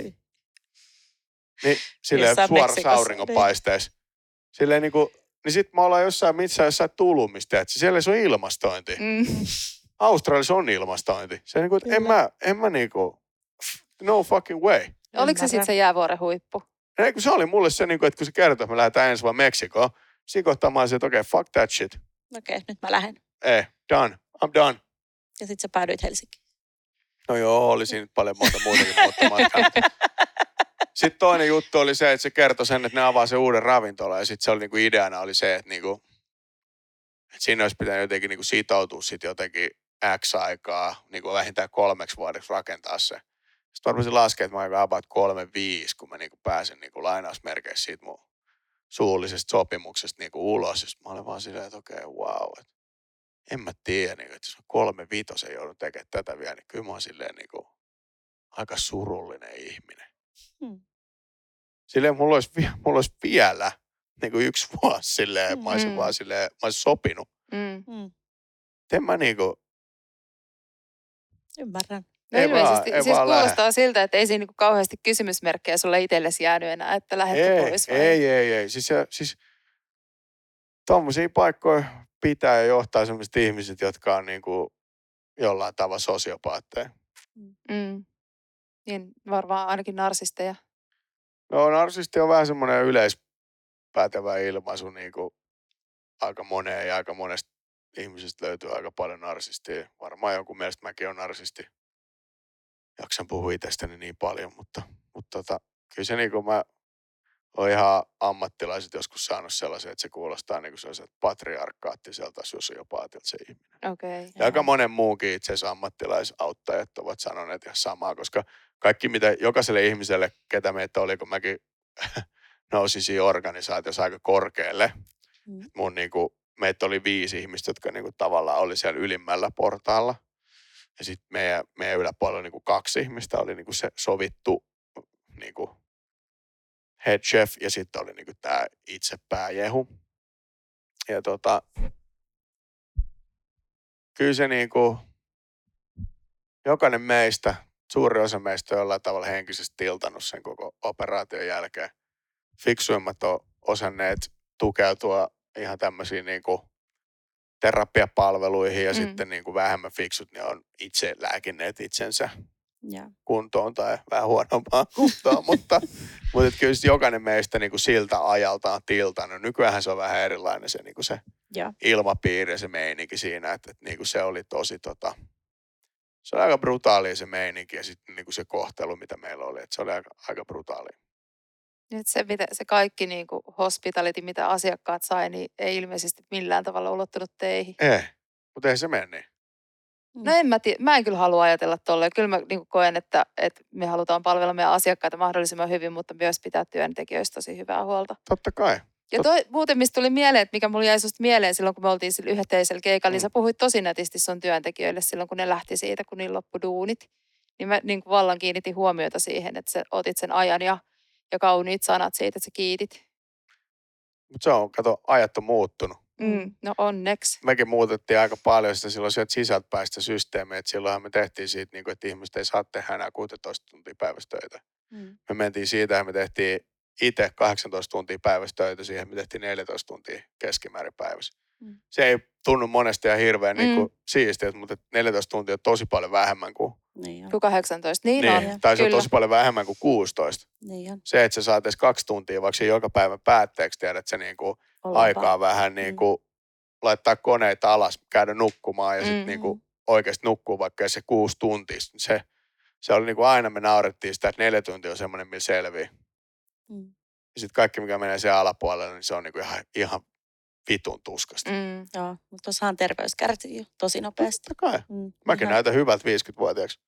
Niin silleen Jossain suorassa Meksikossa, auringonpaisteessa. Silleen niin kuin, niin sit me ollaan jossain missään jossain tulumista, että siellä se on ilmastointi. Mm. Australiassa on ilmastointi. Se niin kuin, että en Kyllä. mä, en mä niin kuin, no fucking way. Oliko se Ymmärrän. sitten se jäävuoren huippu? Ja kun se oli mulle se, niin kuin, että kun se kertoi, että me lähdetään ensi vuonna Meksikoon, siinä kohtaa mä olisin, että okei, okay, fuck that shit. Okei, nyt mä lähden. Ei, done. I'm done. Ja sit sä päädyit Helsinkiin. No joo, oli siinä nyt paljon monta muutakin muuttumatkaa. Sitten toinen juttu oli se, että se kertoi sen, että ne avaa se uuden ravintola. Ja sitten se oli niinku ideana oli se, että, niinku, että siinä olisi pitänyt jotenkin niinku sitoutua sit jotenkin X aikaa, niinku vähintään kolmeksi vuodeksi rakentaa se. Sitten mä rupesin laskemaan, että mä oon about kolme viisi, kun mä niinku pääsin niinku lainausmerkeissä siitä mun suullisesta sopimuksesta niinku ulos. Ja sit mä olin vaan silleen, että okei, okay, wow. Et en mä tiedä, niinku, että jos mä kolme vitosen joudun tekemään tätä vielä, niin kyllä mä oon silleen niinku aika surullinen ihminen. Hmm. Silleen mulla olisi, vi- mulla olisi vielä niin kuin yksi vuosi silleen, mm. mä olisin Mm. vaan silleen, mä olisin sopinut. Mm. Mm. En mä niinku, Ymmärrän. No Ei ilmeisesti. vaan- ei siis vaan kuulostaa siltä, että ei siinä niinku kauheasti kysymysmerkkejä sulle itsellesi jäänyt enää, että lähdetkö ei, pois vai? ei, ei, ei. Siis, ja, siis tommosia paikkoja pitää ja johtaa sellaiset ihmiset, jotka on niinku jollain tavalla sosiopaatteja. Mm. Niin varmaan ainakin narsisteja. No narsisti on vähän semmoinen yleispätevä ilmaisu, niinku aika moneen ja aika monesta ihmisestä löytyy aika paljon narsistia. Varmaan jonkun mielestä mäkin olen narsisti. Jaksan puhua itsestäni niin paljon, mutta, mutta tota, kyllä se niin kuin mä oon ihan ammattilaiset joskus saanut sellaisen, että se kuulostaa niin kuin sellaiselta patriarkaattiselta sosiopaatilta se ihminen. Okei. Okay. Ja aika monen muunkin itse asiassa ammattilaisauttajat ovat sanoneet ihan samaa, koska kaikki mitä jokaiselle ihmiselle, ketä meitä oli, kun mäkin nousin siinä organisaatiossa aika korkealle. Mm. Mun niin kuin, meitä oli viisi ihmistä, jotka niin kuin, tavallaan oli siellä ylimmällä portaalla. Ja sitten meidän, meidän yläpuolella niin kuin kaksi ihmistä oli niin kuin se sovittu niin kuin head chef ja sitten oli niin kuin tämä itse pääjehu. Ja tota, kyllä se niinku, jokainen meistä, suuri osa meistä on jollain tavalla henkisesti tiltannut sen koko operaation jälkeen. Fiksuimmat on osanneet tukeutua ihan tämmöisiin niinku terapiapalveluihin ja Mm. sitten niinku vähemmän fiksut, niin on itse lääkinneet itsensä Ja. kuntoon tai vähän huonompaan kuntoon, mutta, mutta et kyllä sit jokainen meistä niinku siltä ajalta on tiltannut. Nykyäänhän se on vähän erilainen se, niinku se Ja. ilmapiiri ja se meininki siinä, että, että niinku se oli tosi tota, se oli aika brutaalia se meininki ja sitten niinku se kohtelu, mitä meillä oli, että se oli aika, aika brutaalia. Nyt se, mitä, se kaikki niin kuin hospitality, mitä asiakkaat sai, niin ei ilmeisesti millään tavalla ulottunut teihin. Ei, mutta ei se mene niin. No en mä, tie, mä en kyllä halua ajatella tolleen. Kyllä mä niin kuin koen, että, että me halutaan palvella meidän asiakkaita mahdollisimman hyvin, mutta myös pitää työntekijöistä tosi hyvää huolta. Totta kai. Ja toi, muuten, mistä tuli mieleen, että mikä mulla jäi susta mieleen silloin, kun me oltiin sillä yhteisellä keikalla, niin Mm. sä puhuit tosi nätisti sun työntekijöille silloin, kun ne lähti siitä, kun niillä loppu duunit. Niin mä niin kuin vallan kiinnitin huomiota siihen, että sä otit sen ajan ja, ja kauniit sanat siitä, että sä kiitit. Mutta se on, kato, ajat on muuttunut. Mm. No onneksi. Mekin muutettiin aika paljon sitä silloin sieltä sisältäpäistä systeemiä, että silloinhan me tehtiin siitä, niin kuin, että ihmiset ei saa tehdä enää kuusitoista tuntia päivässä töitä. Mm. Me mentiin siitä, että me tehtiin itse kahdeksantoista tuntia päivässä töitä, siihen me tehtiin neljätoista tuntia keskimäärin päivässä. Mm. Se ei tunnu monesti ihan hirveän Mm. niin kuin, siistiä, mutta neljätoista tuntia on tosi paljon vähemmän kuin, Niin on. Kun kahdeksantoista. Niin, niin, on. tai se on Kyllä. tosi paljon vähemmän kuin kuusitoista. Niin on. Se, että sä saat edes kaksi tuntia, vaikka se joka päivän päätteeksi tiedät, että sä niin kuin, Ollaan aikaa vaan. vähän niin kuin, laittaa koneita alas, käydä nukkumaan ja sitten Mm. niin kuin, oikeasti nukkuu vaikka se kuusi tuntia. Se, se oli niin kuin aina me naurettiin sitä, että neljä tuntia on semmoinen, millä selviää. Mm. Ja sitten kaikki, mikä menee sen alapuolelle, niin se on niin kuin ihan, ihan vitun tuskasta. Mm. Joo, mutta tuossahan terveys kärsii jo tosi nopeasti. Totta kai. Mm. Mäkin Ihan- näytän hyvältä viisikymmentävuotiaaksi.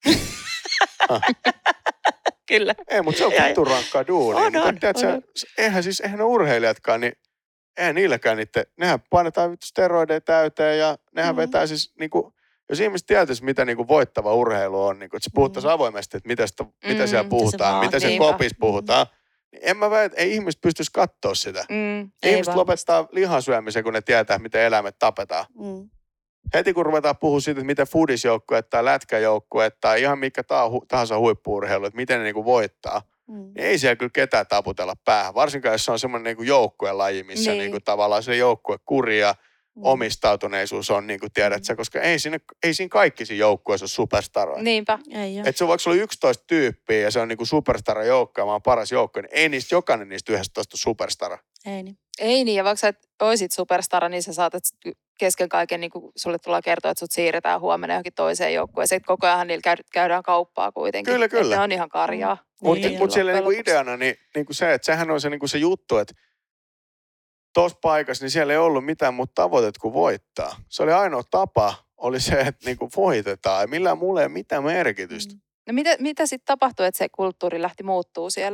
Kyllä. Ei, mutta se on Ja- vitun rankkaa duunia. On, Mutta on, tiedätkö, on. eihän siis, eihän ne urheilijatkaan, niin eihän niilläkään niitä, nehän painetaan vittu steroideja täyteen ja nehän Mm. vetää siis niinku, jos ihmiset tietäisi, mitä niinku voittava urheilu on, niinku, että se puhuttaisiin Mm. avoimesti, että mitä, sitä, mitä Mm, siellä mitä se puhutaan, vaatii. mitä siellä Niinpä. kopissa puhutaan, niin en mä väitä, ei ihmiset pystyisi katsoa sitä. Mm. Ei Ihmiset vaan. lopettaa lihansyömisen, kun ne tietää, miten eläimet tapetaan. Mm. Heti kun ruvetaan puhua siitä, että miten foodisjoukkue tai lätkäjoukkue tai ihan mikä tahansa huippu-urheilu, että miten ne niinku voittaa, Mm. niin ei siellä kyllä ketään taputella päähän. Varsinkaan, jos se on semmoinen niinku joukkuelaji, missä Niin. niinku tavallaan se joukkuekuri ja Mm. omistautuneisuus on, niin kuin tiedät sä, koska ei siinä, ei siinä kaikki siinä joukkueessa ole superstaroja. Niinpä. Ei ole. Että se on vaikka sulla on yksitoista tyyppiä ja se on niinku superstara joukko ja mä oon paras joukko, niin ei niistä jokainen niistä yhdestätoista ole superstara. Ei niin. Ei niin, ja vaikka sä et oisit superstara, niin sä saatat kesken kaiken, niin kuin sulle tullaan kertoa, että sut siirretään huomenna johonkin toiseen joukkueeseen. Koko ajan niillä käy- käydään kauppaa kuitenkin. Kyllä, kyllä. Että ne on ihan karjaa. Mutta Niin, mut siellä loppujen niinku lopuksi. ideana niin, niinku se, että sehän on se, niinku se juttu, että tuossa paikassa niin siellä ei ollut mitään muuta tavoitetta kuin voittaa. Se oli ainoa tapa, oli se, että niinku voitetaan. Ja millään mulle ei ole mitään merkitystä. Mm. No mitä, mitä sitten tapahtui, että se kulttuuri lähti muuttuu siellä?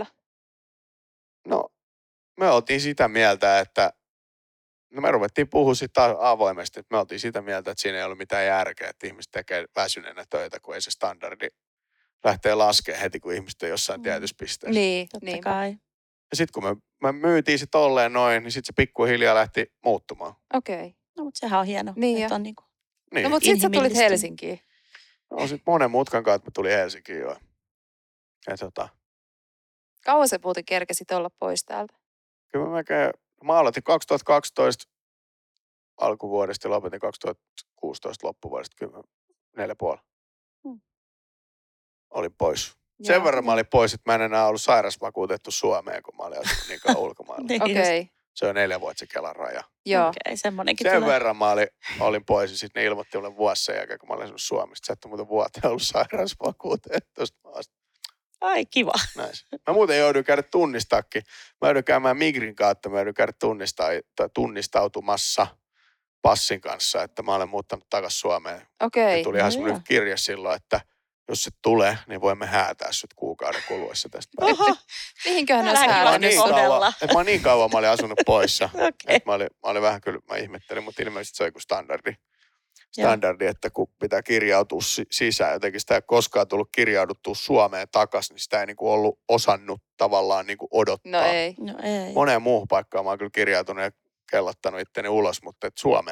No, me oltiin sitä mieltä, että no me ruvettiin puhua sitten taas avoimesti, että me oltiin sitä mieltä, että siinä ei ollut mitään järkeä, että ihmiset tekee väsyneenä töitä, kun ei se standardi lähtee laskemaan heti, kun ihmiset on jossain Mm. tietyssä pisteessä. Niin, Totta niin. kai. Ja sitten kun me, me myytiin se tolleen noin, niin sitten se pikkuhiljaa lähti muuttumaan. Okei. Okay. No mutta sehän on hienoa. Niin että jo. on niinku, Niin, No mutta sitten sä tulit Inhimillistynyt. Helsinkiin. no, sitten monen mutkan kautta me tuli Helsinkiin jo. Ja tota, Kauan sä muuten kerkesit olla pois täältä? kyllä mä melkein, mä aloitin kaksituhattakaksitoista alkuvuodesta ja lopetin kaksituhattakuusitoista loppuvuodesta, kyllä mä neljä puoli. Hmm. Olin pois. Sen Joo. verran mä olin pois, että mä en enää ollut sairasvakuutettu Suomeen, kun mä olin asunut niin kauan ulkomailla. niin Okei, just. okay. Se on neljä vuotta se Kelan raja. joo. Okei, semmonenkin Sen tulee. verran mä olin, olin pois ja sitten ne ilmoitti mulle vuosi sen jälkeen, kun mä olin asunut Suomesta. Sä et ole muuten vuoteen ollut sairausvakuutettu tuosta maasta. Ai kiva. Näin. Mä muuten jouduin käydä tunnistakin. Mä joudun käymään Migrin kautta, mä joudun käydä tunnistaa, tai tunnistautumassa passin kanssa, että mä olen muuttanut takaisin Suomeen. Okei. Ja tuli ihan no semmoinen joo. kirja silloin, että jos se tulee, niin voimme häätää sut kuukauden kuluessa tästä päivästä. Oho, Mihinköhän ne Älä olisi hyvä Mä oon häärännyt niin sut? Todella. kauan, että mä oon niin kauan mä olin asunut poissa. okei. Et mä, olin, mä olin vähän kyllä, mä ihmettelin, mutta ilmeisesti se on joku standardi. Standardi, että kun pitää kirjautua si- sisään, jotenkin sitä ei koskaan tullut kirjauduttua Suomeen takaisin, niin sitä ei niinku ollut osannut tavallaan niinku odottaa. No ei. No ei. Moneen muuhun paikkaan mä oon kyllä kirjautunut ja kellottanut itteni ulos, mutta et Suomeen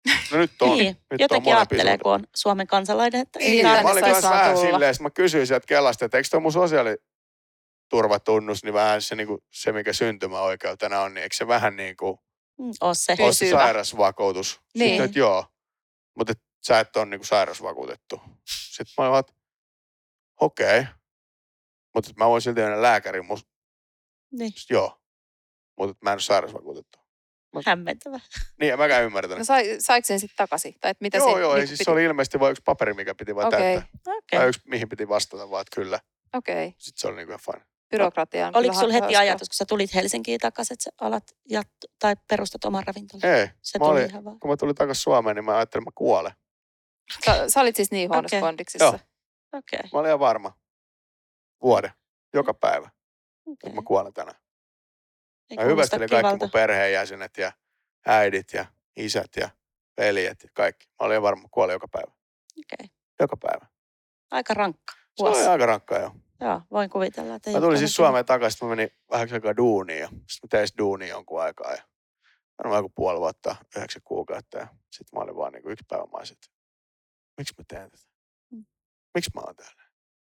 No nyt on. Niin, nyt jotenkin on ajattelee, kun on Suomen kansalainen, että ei Niin, Niin, tänne mä olin saisi kanssa vaan vähän tulla. silleen, että mä kysyin sieltä Kelasta, että eikö toi mun sosiaaliturvatunnus, niin vähän se, niin kuin, se mikä syntymäoikeutena on, niin eikö se vähän niin kuin Mm, oo se. ole se Pysyvä. sairausvakuutus? Niin. Sitten, että joo, mutta et, sä et ole niin kuin sairausvakuutettu. Sitten mä olin vaan, että okei, okay. Mutta mä voin silti mennä lääkäriin, musta, Niin, joo, mutta mä en ole sairausvakuutettu. hämmentävä. Niin, en mäkään ymmärtänyt. No sai, saiko sen sitten takaisin? Tai että mitä joo, se joo, ei niinku siis piti? se oli ilmeisesti vain yksi paperi, mikä piti vaan Okei. täyttää. Okei. Tai yksi, mihin piti vastata vaan, että kyllä. Okei. Sitten se oli niin kuin ihan fine. Byrokratia on Oliko kyllä sulla heti hauskaa. ajatus, kun sä tulit Helsinkiin takaisin, että sä alat jat- tai perustat oman ravintolan? Ei, Se mä tuli olin, ihan vaan. kun mä tulin takaisin Suomeen, niin mä ajattelin, että mä kuolen. Sä, sä olit siis niin huonossa Okei. kondiksissa. Joo. Okei. Mä olin ihan varma. Vuoden. Joka päivä. okei. Että mä kuolen tänään. Ei Mä kuulosta hyvästelin kaikki kivalta. mun perheenjäsenet ja äidit ja isät ja veljet ja kaikki. Mä olin ihan varma, että kuolen joka päivä. Okei. Joka päivä. Aika rankka Se vuosi. oli aika rankkaa jo. Joo, voin kuvitella, että ei Mä ole tulin kovin siis Suomeen takaisin, mä menin vähän aikaa duuniin ja sitten mä tein duuniin jonkun aikaa ja varmaan joku puoli vuotta, yhdeksän kuukautta ja sitten mä olin vaan niinku yksi päivä mä olisin, että miksi mä teen tätä? Mm. Miksi mä oon täällä?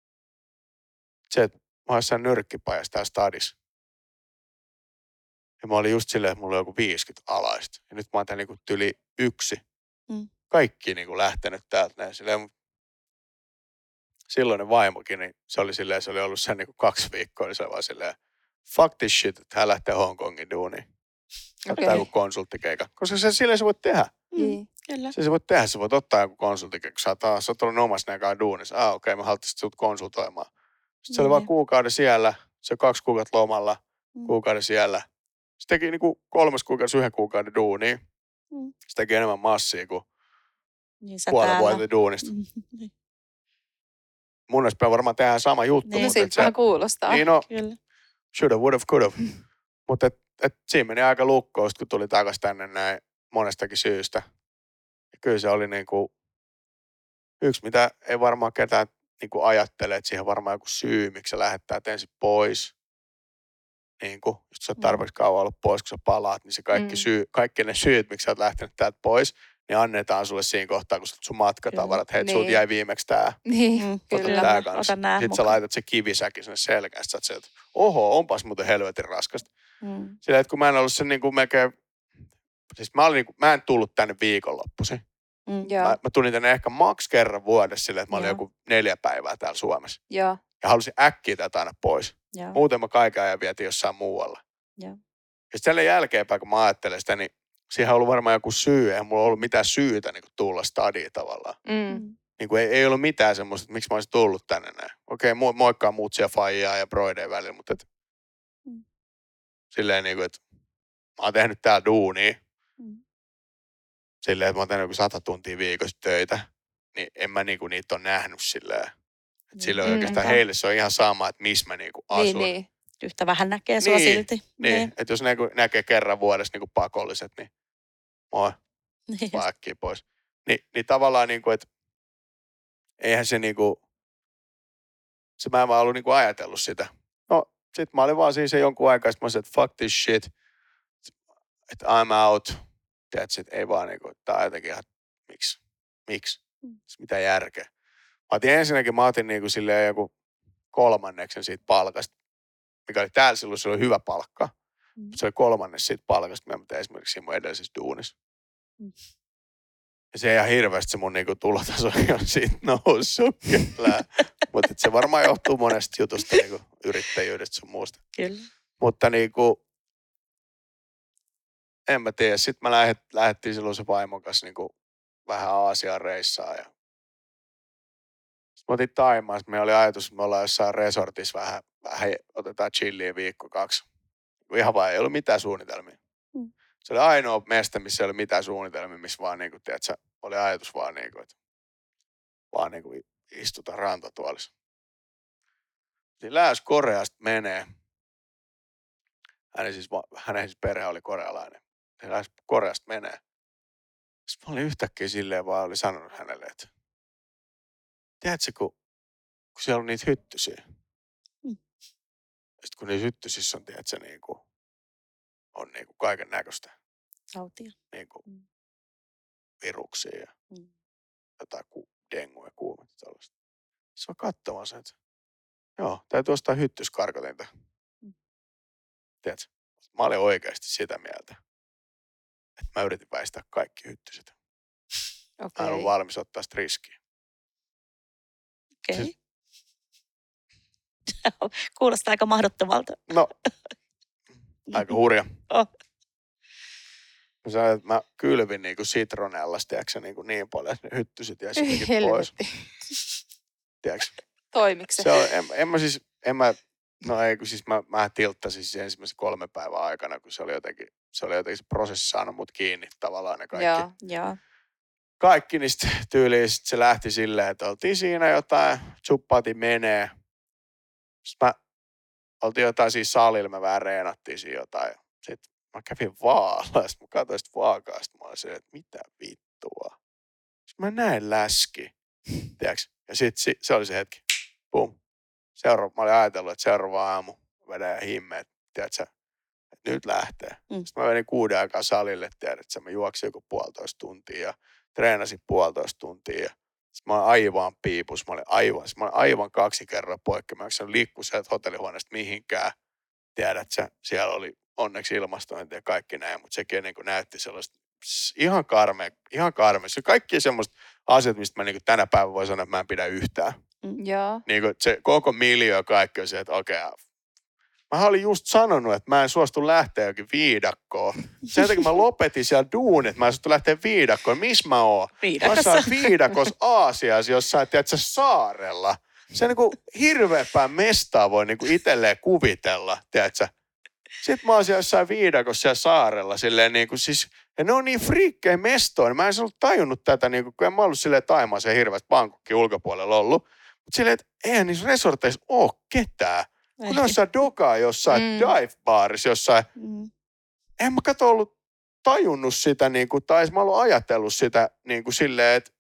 Se, että mä olin jossain nyrkkipajassa täällä stadissa. Ja mä olin just silleen, että mulla oli joku viisikymmentä alaista. Ja nyt mä oon täällä niinku tyli yksi. Mm. Kaikki niinku lähtenyt täältä näin. Silleen, mun silloinen vaimokin, niin se oli silleen, se oli ollut sen niinku kaksi viikkoa, niin se oli vaan silleen, fuck this shit, että hän lähtee Hongkongin duuniin. Okei. Ottaa joku konsulttikeika. Koska se silleen sä voit tehdä. Mm, Niin. kyllä. Se sä voit tehdä, sä voit ottaa joku konsulttikeika. Sä oot, sä oot ollut omassa näkään duunissa. Ah okei, okay, mä haluttiin sut konsultoimaan. Sitten se oli vaan Niin. kuukauden siellä, se kaksi kuukautta lomalla, Mm. kuukauden siellä. Se teki niinku kolmes kuukaudessa yhden kuukauden duunia. Mm. Se teki enemmän massia kuin Niin sä puolen täällä. vuotta duunista. Mm, niin, Mun mielestä me varmaan tehdään sama juttu. Niin. No mutta et siltä vähän kuulostaa. niin no, Kyllä. shoulda, would have, could have. Mutta et, et siinä meni aika lukkoon, kun tuli takaisin tänne näin monestakin syystä. Ja kyllä se oli niinku yksi, mitä ei varmaan ketään niinku ajattele, että siihen varmaan joku syy, miksi sä lähettää ensin pois. Niinku, just sä oot Mm. tarpeeksi kauan ollut pois, kun sä palaat, niin se kaikki, Mm. syy, kaikki ne syyt, miksi sä oot lähtenyt täältä pois, niin annetaan sulle siinä kohtaa, kun sun matkatavarat, hei, Niin. sulta jäi viimeksi tää. Niin, Mm, Ota kyllä. tää Ota kanssa. nää Sitten sä mukaan. laitat se kivisäkin sinne selkään, sit sä oot sieltä, oho, onpas muuten helvetin raskasta. Mm. Sillä että kun mä en ollut sen niin kuin melkein, siis mä, olin niin kuin, mä en tullut tänne viikonloppuisin. Mm. Joo, Mä, mä tulin tänne ehkä maks kerran vuodessa silleen, että mä olin Joo. joku neljä päivää täällä Suomessa. joo. Ja halusin äkkiä tätä aina pois. Joo. Muuten mä kaiken ajan vietin jossain muualla. Joo. Ja sitten tälle jälkeenpäin, kun mä ajattelen sitä, niin siihen on ollut varmaan joku syy. Eihän mulla ollut mitään syytä niin kuin tulla stadiin tavallaan. Mm. Mm. Niin kuin ei, ei ollut mitään semmoista, että miksi mä olisin tullut tänne näin. Okei, mo- moikkaa muutsia faijaa ja broideen välillä, mutta et, Mm. silleen niin kuin, että mä oon tehnyt täällä duunia. Mm. Silleen, että mä oon tehnyt joku sata tuntia viikossa töitä, niin en mä niinku niitä ole nähnyt silleen. Et silleen Mm. oikeastaan heille se on ihan sama, että missä mä niinku asun. Niin, niin. Yhtä vähän näkee sua Niin, silti. Niin, että jos näkö, näkee kerran vuodessa niinku pakolliset, niin moi, Niin. vaan äkkiä pois. Ni, niin tavallaan niinku, että eihän se niinku, se mä en vaan ollut niinku ajatellut sitä. No, sit mä olin vaan siinä se jonkun aikaa, sit mä sanoin, että fuck this shit, että I'm out. Tiedätkö, että ei vaan niinku, tää on jotenkin ihan, miksi, miksi, Mm. mitä järkeä. Mä otin ensinnäkin, mä otin niinku silleen joku kolmanneksen siitä palkasta, mikä oli täällä silloin, se oli hyvä palkka. Mm. Se oli kolmannes siitä palkasta, mitä mä tein esimerkiksi siinä mun edellisessä duunissa. Mm. Ja se ihan hirveästi se mun niinku tulotaso on siitä noussut kyllä. Mutta se varmaan johtuu monesta jutusta, niinku yrittäjyydestä sun muusta. Kyllä. Mutta niinku, en mä tiedä. Sitten mä lähet, lähdettiin silloin se vaimon kanssa niinku vähän Aasiaan reissaan. Ja sitten mä otin Taimaa. Sitten meillä oli ajatus, että me ollaan jossain resortissa vähän, vähän otetaan chilliä viikko kaksi. Ihan vaan ei ollut mitään suunnitelmia. Mm. Se oli ainoa mesta, missä ei ollut mitään suunnitelmia, missä vaan niinku, tiedätkö, oli ajatus vaan niinku, että vaan niinku istutaan rantatuolissa. Niin lähes Koreasta menee. Hänen siis, hänen siis perhe oli korealainen. Niin lähes Koreasta menee. Sitten mä olin yhtäkkiä silleen vaan oli sanonut hänelle, että tiedätkö, kun, kun siellä on niitä hyttysiä. Mm. Sitten kun niissä hyttysissä on, tiedätkö, niinku, on niinku kaiken näköistä. Tautia. Niinku, Mm. viruksia ja Mm. jotain ku, dengue ja kuumetta tällaista. Se on katsomassa, että joo, täytyy ostaa hyttyskarkotinta. Mm. Tiedätkö? Mä olin oikeasti sitä mieltä, että mä yritin väistää kaikki hyttyset. Mä en ollut Okei. valmis ottaa sitä riskiä. Okei. Siis- Kuulostaa aika mahdottomalta. No, aika hurja. Oh. Mä sanoin, että mä kylvin niinku sitronellasta, tiedätkö, niinku niin paljon, että ne hyttyset jäi Hyi sittenkin pois. helvetti. Tiedätkö? Toimiko se? Se on, en, en mä siis, en mä, no ei kun siis mä, mä tilttasin siis ensimmäisen kolme päivän aikana, kun se oli jotenkin, se oli jotenkin se prosessi saanut mut kiinni tavallaan ne kaikki. Joo. Joo. Kaikki niistä tyyliin, sit se lähti silleen, että oltiin siinä jotain, tsuppati menee. Sitten mä, oltiin jotain siinä salilla, me vähän reenattiin siinä jotain. Sitten mä kävin vaalla, sitten mä katsoin sitä vaakaa, sitten mä olin silleen, että mitä vittua. Sitten mä näin läski, tiedätkö? Ja sitten si, se oli se hetki, pum. Seuraava, mä olin ajatellut, että seuraava aamu vedän himmeet, tiedätkö, että nyt lähtee. Mm. Sitten mä vedin kuuden aikaa salille, tiedätkö, mä juoksin joku puolitoista tuntia ja treenasin puolitoista tuntia. Ja sitten mä olin aivan piipus, mä olin aivan, mä olin aivan kaksi kerran poikki. Mä en liikku sieltä hotellihuoneesta mihinkään, tiedätkö, siellä oli onneksi ilmastointi ja kaikki näin, mutta sekin niin kuin näytti sellaista ihan karmea, ihan karmea. Se kaikki semmoista asiat, mistä mä niin kuin tänä päivänä voin sanoa, että mä en pidä yhtään. Joo. Niin kuin se koko miljöö kaikki on se, että okei, mä olin just sanonut, että mä en suostu lähteä jokin viidakkoon. Sen takia mä lopetin siellä duunit, että mä en suostu lähteä viidakkoon. Missä mä oon? Viidakossa. Mä saan viidakossa Aasiassa jossain, tiedätkö, saarella. Se niin kuin hirveämpää mestaa voi niin kuin itselleen kuvitella, tiedätkö. Sitten mä oon siellä jossain viidakossa siellä saarella silleen niin kuin siis, ja ne on niin friikkejä mestoja, niin mä en ollut tajunnut tätä, niin kuin, kun en mä ollut silleen Taimaaseen hirveästi Bangkokin ulkopuolella ollut. Mutta silleen, että eihän niissä resorteissa ole ketään. Kun ne on jossain dokaa jossain Mm. mm. dive-baarissa jossain. Mm. En mä kato ollut tajunnut sitä, niin kuin, tai mä ollut ajatellut sitä niin kuin silleen, että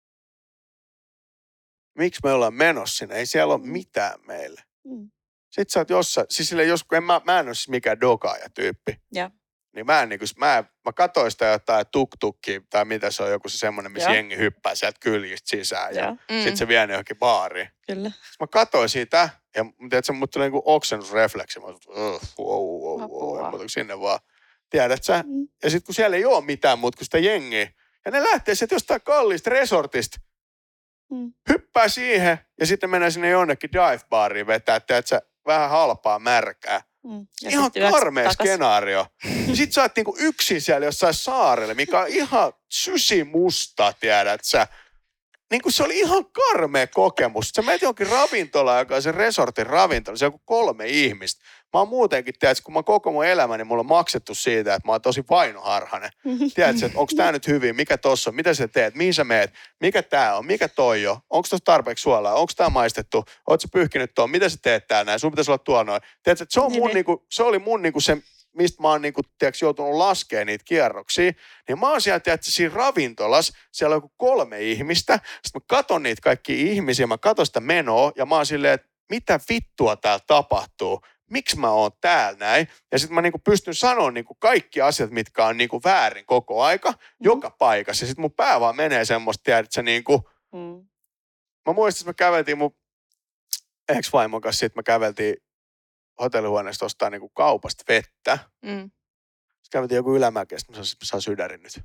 miksi me ollaan menossa sinne. Ei siellä ole mitään meille. Mm. Sitten sä oot jossain, siis silleen joskus, en mä, mä en ole siis mikään dokaaja-tyyppi. Joo. Niin mä en niin kuin, mä, mä katsoin sitä jotain tuk-tukkia, tai mitä se on, joku se semmoinen, missä Joo. jengi hyppää sieltä kyljistä sisään. Ja Joo, Mm. sitten se vie ne johonkin baariin. kyllä. Sitten mä katsoin siitä, ja tiedätkö, mut tuli niinku oksennusrefleksi. Mä sanoin, uh, wow, wow, wow, Apua. en muuta sinne vaan. Tiedät sä? Mm. Ja sitten kun siellä ei ole mitään muuta kuin sitä jengiä, ja ne lähtee sieltä jostain kalliista resortista, Mm. hyppää siihen, ja sitten menee sinne jonnekin dive-baariin vetää, tiedät sä, vähän halpaa märkää. Mm. Ja Ihan sitten yöksi karmea takas. skenaario. Ja sit sä oot niinku yksin siellä jossain saarelle, mikä on ihan sysimusta, tiedät sä. Niinku se oli ihan karmea kokemus. Sä menet johonkin ravintolaan, joka on se resortin ravintola, se on joku kolme ihmistä. Mä oon muutenkin, tiedätkö, kun mä koko mun elämäni, mulla on maksettu siitä, että mä oon tosi vainoharhainen. Tiedätkö, että onko tää nyt hyvin, mikä tossa on, mitä sä teet, mihin sä meet, mikä tää on, mikä toi on, onko tossa tarpeeksi suolaa, onko tää maistettu, oot sä pyyhkinyt tuon, mitä sä teet täällä näin, sun pitäisi olla tuolla noin. Tiedätkö, että se, on Niin, mun, niin. niinku, se oli mun niinku se, mistä mä oon niinku, tiedätkö, joutunut laskemaan niitä kierroksia, niin mä oon siellä, tiedätkö, siinä ravintolas, siellä on joku kolme ihmistä, sitten mä katon niitä kaikkia ihmisiä, mä katon sitä menoa, ja mä oon silleen, että mitä vittua täällä tapahtuu, miksi mä oon täällä näin, ja sitten mä niinku pystyn sanoa niinku kaikki asiat, mitkä on niinku väärin koko aika, mm. joka paikassa, ja sitten mun pää vaan menee semmoista, tiedätkö, niinku, Mm. mä muistin, että me käveltiin mun ex-vaimon kanssa, sitten me käveltiin hotellihuoneesta ostaa niinku kaupasta vettä. Mm. Sitten käveltiin joku ylämäkeä, sitten mä sanoin, että mä saan sydärin nyt.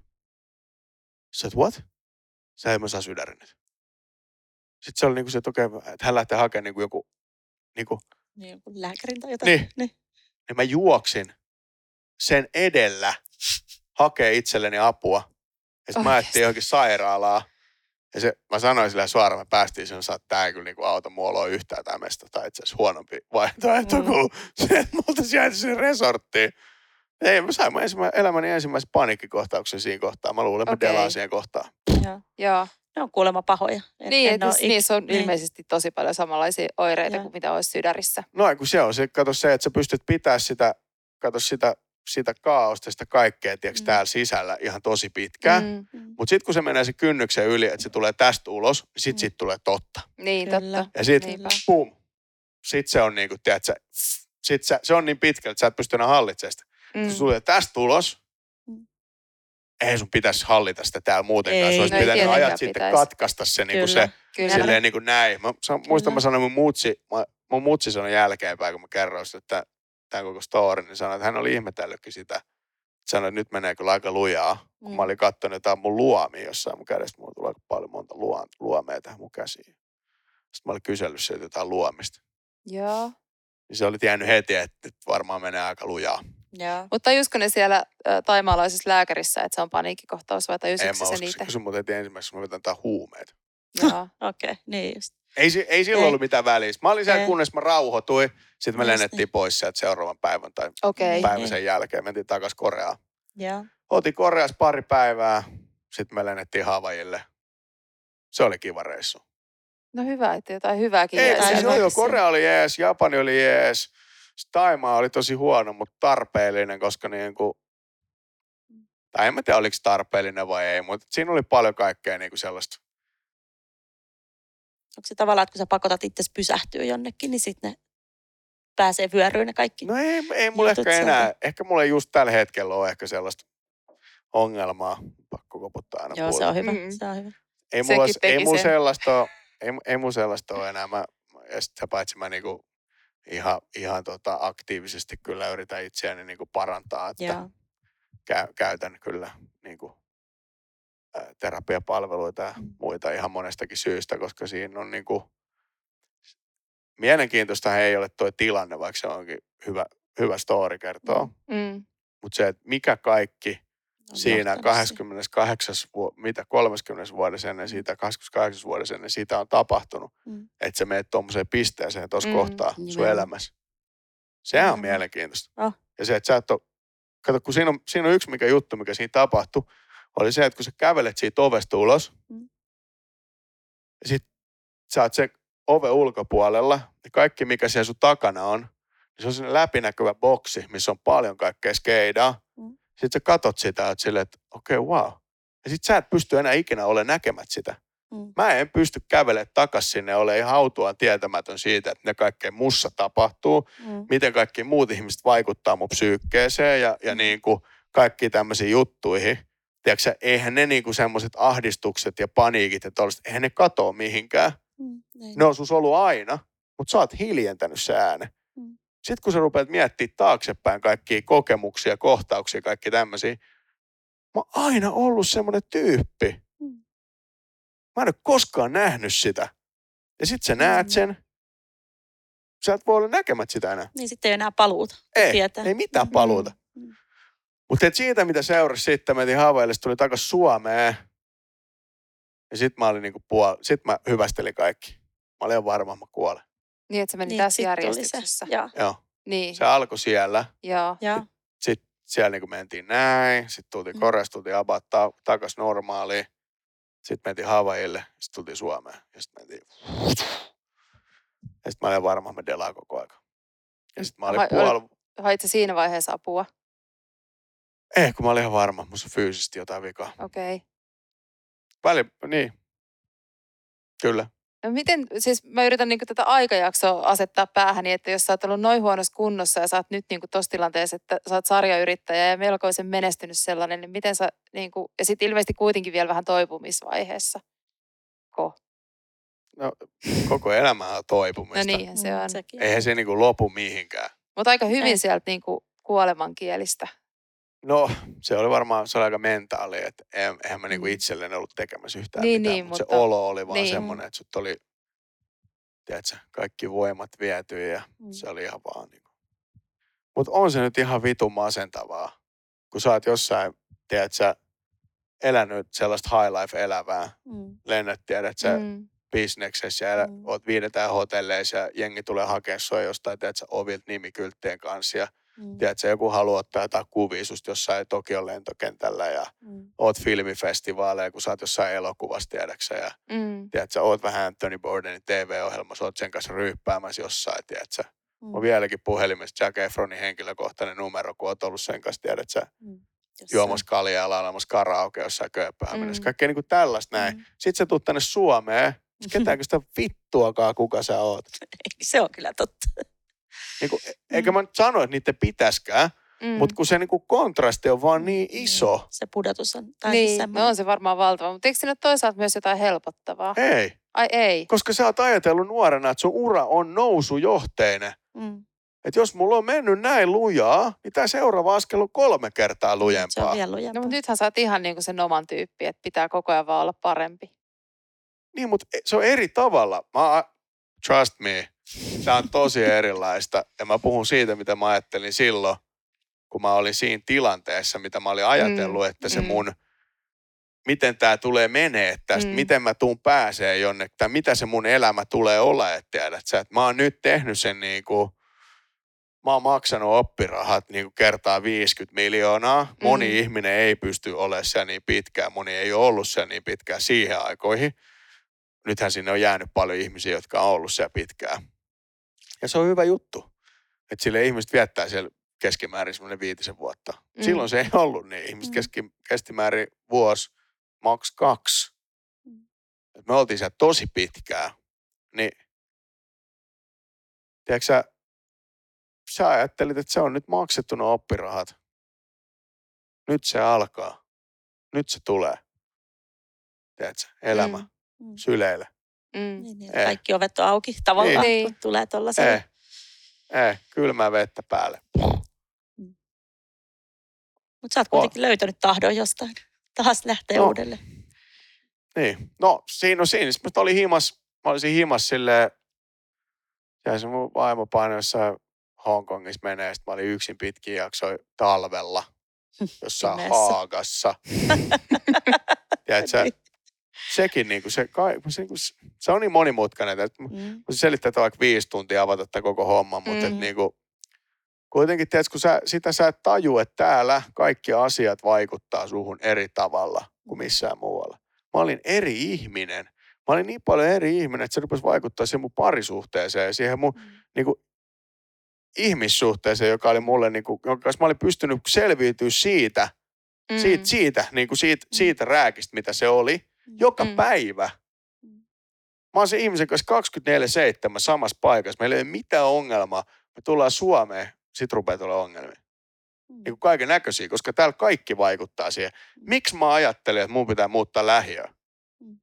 Sä oot, what? Sä ei mä saa sydärin nyt. Sitten se oli niinku se, että okei, että hän lähtee hakemaan niinku joku, niinku, Niin joku lääkärin tai jotain. niin, niin. niin mä juoksin sen edellä hakee itselleni apua. Ja sitten mä Oikeesti? ajettiin johonkin sairaalaa. Ja se, mä sanoin sille suoraan, me päästiin sen, että tää ei kyllä niinku auta mua oloa yhtään tää mesta, tai itse asiassa huonompi vaihtoehto Mm. kuin se, että me oltaisiin jääty sinne resorttiin. Ei, mä sain mun ensimmä, elämäni ensimmäisen paniikkikohtauksen siinä kohtaa. Mä luulen, että Okei. mä delaan siihen kohtaan. Joo. Joo. Ne on kuulemma pahoja. En, Niin, en että oo niissä, ik- niissä on niin. ilmeisesti tosi paljon samanlaisia oireita Joo. kuin mitä olisi sydärissä. No kun se on se, kato se, että sä pystyt pitää sitä, kato sitä, sitä kaaosta, sitä kaikkea, tiedätkö, Mm. täällä sisällä ihan tosi pitkään. Mm. Mm. Mutta sitten kun se menee se kynnyksen yli, että se tulee tästä ulos, niin sit Mm. siitä tulee totta. Niin, Kyllä. totta. Ja sit, Niinpä. pum, sit se on niinku, tiedätkö, sit se, se on niin pitkällä, että sä et pysty enää hallitsemaan sitä. Mm. Se tulee tästä ulos, Mm. ei sun pitäisi hallita sitä täällä muutenkaan. Ei. Se olisi No ei pitänyt tietenkään ajat sitten pitäisi. katkaista se niin kuin Kyllä. se, Kyllä. silleen niin kuin näin. Mä sa- muistan, Kyllä. mä sanoin mun mutsi, mä, mun mutsi sanoi jälkeenpäin, kun mä kerroin sitä, että tämän koko story, niin sanoi, että hän oli ihmetellytkin sitä. Sanoi, että nyt menee kyllä aika lujaa. Kun Mm. mä olin katsonut jotain mun luomia jossain mun kädestä, mulla tuli aika paljon monta luo, luomea tähän mun käsiin. Sitten mä olin kysellyt sieltä jotain luomista. Joo. Niin se oli tiennyt heti, että nyt varmaan menee aika lujaa. Joo. Mutta tajusko ne siellä ä, taimaalaisessa lääkärissä, että se on paniikkikohtaus vai En tajusko mä se usko, niitä? se kysyi mut heti ensimmäisenä, kun mä vetan huumeita. Joo. Okei, okay, niin just. Ei, si- ei silloin Ei. ollut mitään väliä. Mä olin siellä, Ei. kunnes mä rauhoituin. Sitten me Just lennettiin niin. pois sieltä seuraavan päivän tai Okei. Niin. päivän sen jälkeen. Mentiin takaisin Koreaan. Joo. Oltiin Koreassa pari päivää. Sitten me lennettiin Havajille. Se oli kiva reissu. No hyvä, että jotain hyvääkin Ei, jäi tai siis sieltä. joo, joo, Vaikka se- Korea oli jees, Japani oli jees. Taimaa oli tosi huono, mutta tarpeellinen, koska niin kuin, tai en mä tiedä, oliko se tarpeellinen vai ei, mutta siinä oli paljon kaikkea niin kuin sellaista. Onko se tavallaan, että kun sä pakotat itse pysähtyä jonnekin, niin sitten ne pääsee vyöryyn ne kaikki? No ei, ei mulla Jutut ehkä enää, sieltä. ehkä mulla ei just tällä hetkellä ole ehkä sellaista ongelmaa. Pakko koputtaa aina Joo, se puuta. on hyvä. Mm. Se on hyvä. Ei mulla, Sekin ei teki mulla sen. sellaista ole, ei, ei mulla sellaista ole enää. Mä, ja sitä paitsi mä niinku ihan, ihan tota aktiivisesti kyllä yritän itseäni niinku parantaa, että Joo. kä, käytän kyllä niinku, ä, terapiapalveluita ja Mm. muita ihan monestakin syystä, koska siinä on niinku, mielenkiintoista ei ole toi tilanne, vaikka se onkin hyvä, hyvä story kertoo. Mm. Mm. Mutta se, että mikä kaikki On siinä johtanut siihen. kaksikymmentäkahdeksan, vu- mitä kolmekymmentä vuodessa ennen siitä, kaksikymmentäkahdeksan vuodessa ennen siitä on tapahtunut, Mm. että sä menet tuommoiseen pisteeseen tuossa Mm, kohtaa sun nimenomaan. elämässä. Sehän on Nimenomaan. mielenkiintoista. Oh. Ja se, että sä et ole, kato, kun siinä on, siinä on yksi mikä juttu, mikä siinä tapahtui, oli se, että kun sä kävelet siitä ovesta ulos, Mm. ja sit sä oot se ove ulkopuolella, ja kaikki mikä siellä sun takana on, niin se on sellainen läpinäkyvä boksi, missä on paljon kaikkea skeidaa. Mm. Sitten sä katot sitä, että silleen, että okei, okay, wow. Ja sit sä et pysty enää ikinä olemaan näkemät sitä. Mm. Mä en pysty kävelemään takas sinne, ole ihan hautuaan tietämätön siitä, että ne kaikkea mussa tapahtuu. Mm. Miten kaikki muut ihmiset vaikuttaa mun psyykkeeseen ja, ja niin kuin kaikki tämmöisiin juttuihin. Tiedätkö sä, eihän ne niin kuin semmoiset ahdistukset ja paniikit ja tollaiset, eihän ne katoa mihinkään. Mm. Ei. Ne on sus ollut aina, mutta sä oot hiljentänyt se ääne. Mm. Sitten kun sä rupeat miettimään taaksepäin kaikkia kokemuksia, kohtauksia, kaikki tämmöisiä, mä oon aina ollut semmoinen tyyppi. Mm. Mä en ole koskaan nähnyt sitä. Ja sit sä näet Mm. sen. Sä et voi olla näkemät sitä enää. Niin sitten ei ole enää paluuta. Ei, Tietää. ei mitään paluuta. Mm. Mutta siitä, mitä seurasi sitten, mentiin Havaille, tuli takaisin Suomeen. Ja sit mä olin niinku puol... Sit mä hyvästelin kaikki. Mä olin ihan varma, että mä kuolen. Niin, että se meni Niin, tässä sit tuli järjestyksessä. Se. Joo. Joo. Niin, Se alkoi siellä. joo. Joo. Sitten siellä niinku mentiin näin. Sitten tultiin Mm. Koreasta, tultiin about ta- takaisin normaaliin. Sitten mentiin Havaille. Sitten tultiin Suomeen. Ja sitten mentiin... Ja sitten mä olin varma, että mä delaan koko aika. Ja sitten mä olin Vai- puoli... Hait sä siinä vaiheessa apua? Ei, kun mä olin ihan varma, musta on fyysisesti jotain vikaa. Okei. Okay. Väli, niin. Kyllä. No miten, siis mä yritän niinku tätä aikajaksoa asettaa päähäni, että jos sä oot ollut noin huonossa kunnossa ja sä oot nyt niinku tossa tilanteessa, että sä oot sarjayrittäjä ja melkoisen menestynyt sellainen, niin miten sä niinku, ja sit ilmeisesti kuitenkin vielä vähän toipumisvaiheessa. Ko. No, koko elämä on toipumista. No niinhän se on. Sekin. Eihän se niinku lopu mihinkään. Mutta aika hyvin Ei. sieltä niinku kuolemankielistä. No, se oli varmaan, se oli aika mentaali, että eihän, eihän mä niinku Mm. itselleni ollut tekemässä yhtään Niin, mitään, niin, mutta se mutta- olo oli vaan niin. semmoinen, että sut oli, tiedätkö, kaikki voimat viety ja Mm. se oli ihan vaan niinku. Mutta on se nyt ihan vitun masentavaa, kun sä oot jossain, tiedätkö, elänyt sellaista high life elävää, Mm. lennät, tiedätkö, mm. Mm. bisneksessä ja elä, Mm. oot viidetään hotelleissa ja jengi tulee hakemaan sua jostain, tiedätkö, ovilta nimikylttien kanssa ja Mm. tiedätkö, joku haluaa ottaa jotain kuvia susta jossain Tokion lentokentällä ja Mm. oot filmifestivaaleja, kun sä oot jossain elokuvassa, tiedätkö, ja Mm. tiedätkö, oot vähän Anthony Bourdainin T V-ohjelmassa, oot sen kanssa ryyppäämässä jossain, tiedätkö. Mm. On vieläkin puhelimessa Zac Efronin henkilökohtainen numero, kun oot ollut sen kanssa, tiedätkö, Mm. Jossain. juomassa kaljaa ja laulamassa karaoke jossain Kööpenhaminassa. Mm. Kaikkea niin kuin tällaista näin. Mm. Sitten sä tuut tänne Suomeen, sit ketäänkö sitä vittuakaan, kuka sä oot. Se on kyllä totta. Niin kuin, eikä mä nyt sano, että niiden pitäskään, Mm. Mutta kun se niinku kontrasti on vaan niin iso. Se pudotus on. Tai Niin, siis no semmoinen. on se varmaan valtava. Mutta eikö siinä ole toisaalta myös jotain helpottavaa? Ei. Ai ei. Koska sä oot ajatellut nuorena, että sun ura on nousujohteinen. Mm. Että jos mulla on mennyt näin lujaa, niin tämä seuraava askel on kolme kertaa Se on lujempaa. vielä No lujempaa. mutta nythän sä oot ihan niin kuin sen oman tyyppi, että pitää koko ajan vaan olla parempi. Niin, mutta se on eri tavalla. Mä, trust me, tämä on tosi erilaista. Ja mä puhun siitä, mitä mä ajattelin silloin, kun mä olin siinä tilanteessa, mitä mä olin ajatellut, Mm, että se mm. mun, miten tämä tulee menee tästä, Mm. miten mä tuun pääsee jonnekin, tai mitä se mun elämä tulee olla, että tiedät sä, että mä oon nyt tehnyt sen niin kuin, mä oon maksanut oppirahat niin kuin kertaa viisikymmentä miljoonaa. Moni Mm. ihminen ei pysty olemaan siellä niin pitkään, moni ei ole ollut siellä niin pitkään siihen aikoihin. Nythän sinne on jäänyt paljon ihmisiä, jotka on ollut siellä pitkään. Ja se on hyvä juttu, että sille ihmiset viettää siellä keskimäärin semmoinen viitisen vuotta. Mm. Silloin se ei ollut niin. Ihmiset Mm. keski, keskimäärin vuosi, maks kaksi. Mm. Et me oltiin siellä tosi pitkään. Niin, tiedätkö sä, sä ajattelit, että se on nyt maksettu ne oppirahat. Nyt se alkaa. Nyt se tulee. Tiedätkö, elämä, Mm. Mm. syleille. Mm. Niin, niin, Ei. kaikki ovet on auki tavallaan, Niin. kun tulee tuollaisella. Ei, ei, kylmää vettä päälle. Mutta sä oot kuitenkin löytänyt tahdon jostain. Taas lähtee No. uudelleen. Niin, no siinä on siinä. Sitten mä olin himas, mä olisin himas silleen, ja se mun vaimo painoi jossain Hongkongissa menee, sitten mä olin yksin pitkin jaksoin talvella jossain Pimeässä. Haagassa. Tiedätkö, sekin niinku se, se, niinku, se on niin monimutkainen, että Mm. mä selittää, että vaikka viisi tuntia avata tätä koko homman, mutta Mm. et niinku, kuitenkin tiedätkö, kun sä, sitä sä et taju, että täällä kaikki asiat vaikuttaa suhun eri tavalla kuin missään muualla. Mä olin eri ihminen. Mä olin niin paljon eri ihminen, että se rupesi vaikuttaa siihen mun parisuhteeseen ja siihen mun Mm. niinku, ihmissuhteeseen, joka oli mulle, niinku, jonka kanssa mä olin pystynyt selviytyä siitä, Mm. siitä, siitä, niinku siitä, Mm. siitä rääkistä, mitä se oli, joka Mm. päivä. Mm. Mä oon sen ihmisen kanssa kaksikymmentäneljä seitsemän samassa paikassa. Meillä ei ole mitään ongelmaa. Me tullaan Suomeen, sit rupeaa tulla ongelmia. Mm. Niin kuin kaiken näköisiä, koska täällä kaikki vaikuttaa siihen. Miksi mä ajattelin, että mun pitää muuttaa lähiöön? Mm.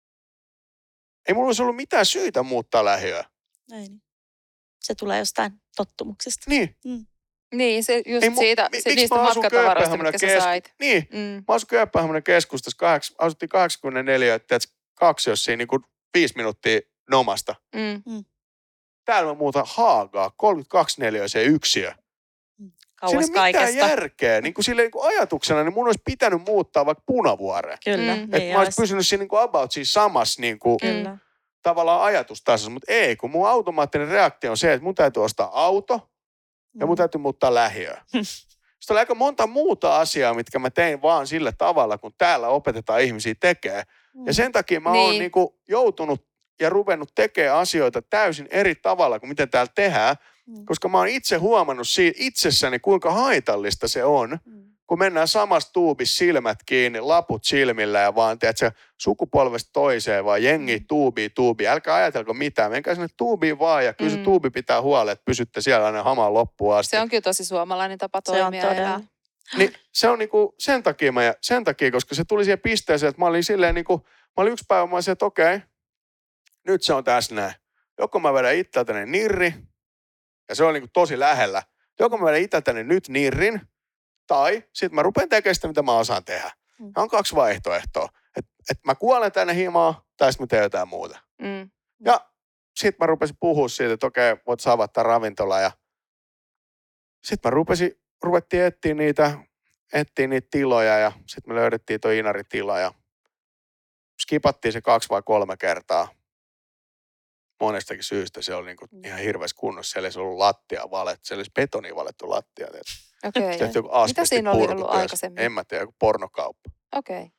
Ei mulla olisi ollut mitään syytä muuttaa lähiöön. Ei niin. Se tulee jostain tottumuksesta. Niin. Niin, se just Ei mu- siitä, mi- se, miksi niistä mä asun matkatavaroista, Kööpenhaminan mitkä sä kesku- sait. Niin. Mm. Mä asun Kööpenhaminan keskustassa, kaheks, asuttiin kahdeksankymmentäneljä, että kaksi jos siinä niin kuin viisi minuuttia nomasta. Mm. Täällä mä muutan Haagaa, kolmekymmentäkaksi neliöiseen yksiö. Siinä Kauas ei ole mitään kaikesta. järkeä. Niin kuin silleen, niin kuin ajatuksena, niin mun olisi pitänyt muuttaa vaikka Punavuoreen. Kyllä. Mm. Että Niin mä olisin olisi. pysynyt siinä niin kuin about siinä samassa niin kuin, Kyllä. tavallaan ajatustasossa. Mutta ei, kun mun automaattinen reaktio on se, että mun täytyy ostaa auto ja mun Mm. täytyy muuttaa lähiöön. Sitten oli aika monta muuta asiaa, mitkä mä tein vaan sillä tavalla, kun täällä opetetaan ihmisiä tekee. Ja sen takia mä oon Niin. niin kuin joutunut ja ruvennut tekemään asioita täysin eri tavalla kuin miten täällä tehdään. Mm. Koska mä oon itse huomannut siitä itsessäni, kuinka haitallista se on, Mm. kun mennään samassa tuubissa silmät kiinni, laput silmillä ja vaan, tiedätkö, sukupolvesta toiseen, vaan jengi tuubii, tuubii. Älkää ajatelko mitään, menkää sinne tuubiin vaan ja kyllä se Mm. tuubi pitää huolen, että pysytte siellä aina hamaan loppuun asti. Se on kyllä tosi suomalainen tapa Se on toimia ja elää. todella. Niin se on niinku sen takia, mä, sen takia, koska se tuli siihen pisteeseen, että mä olin silleen niinku, mä olin yksi päivä, mä olin se, että okei, nyt se on tässä näin. Joko mä vedän itseltäni nirri, ja se on niinku tosi lähellä. Joko mä vedän itseltäni nyt nirrin, tai sitten mä rupean tekemään sitä, mitä mä osaan tehdä. Mm. Nämä on kaksi vaihtoehtoa. Että et mä kuolen tänne himaan, tai sitten mä teen jotain muuta. Mm. Ja sitten mä rupesin puhua siitä, että okei, voit sä avata ravintola. Ja sitten mä rupesin, ruvettiin etsiä niitä, etsiä niitä tiloja, ja sitten me löydettiin tuo Inari-tila, ja skipattiin se kaksi vai kolme kertaa. Monestakin syystä se oli niinku ihan hirveässä kunnossa. Siellä ei se ollut lattia valettu, siellä olisi betoniin valettu lattia. Okei. Tehty joku Mitä siinä oli ollut asbestipurkutyö. aikaisemmin? En mä tiedä, joku pornokauppa. Okei.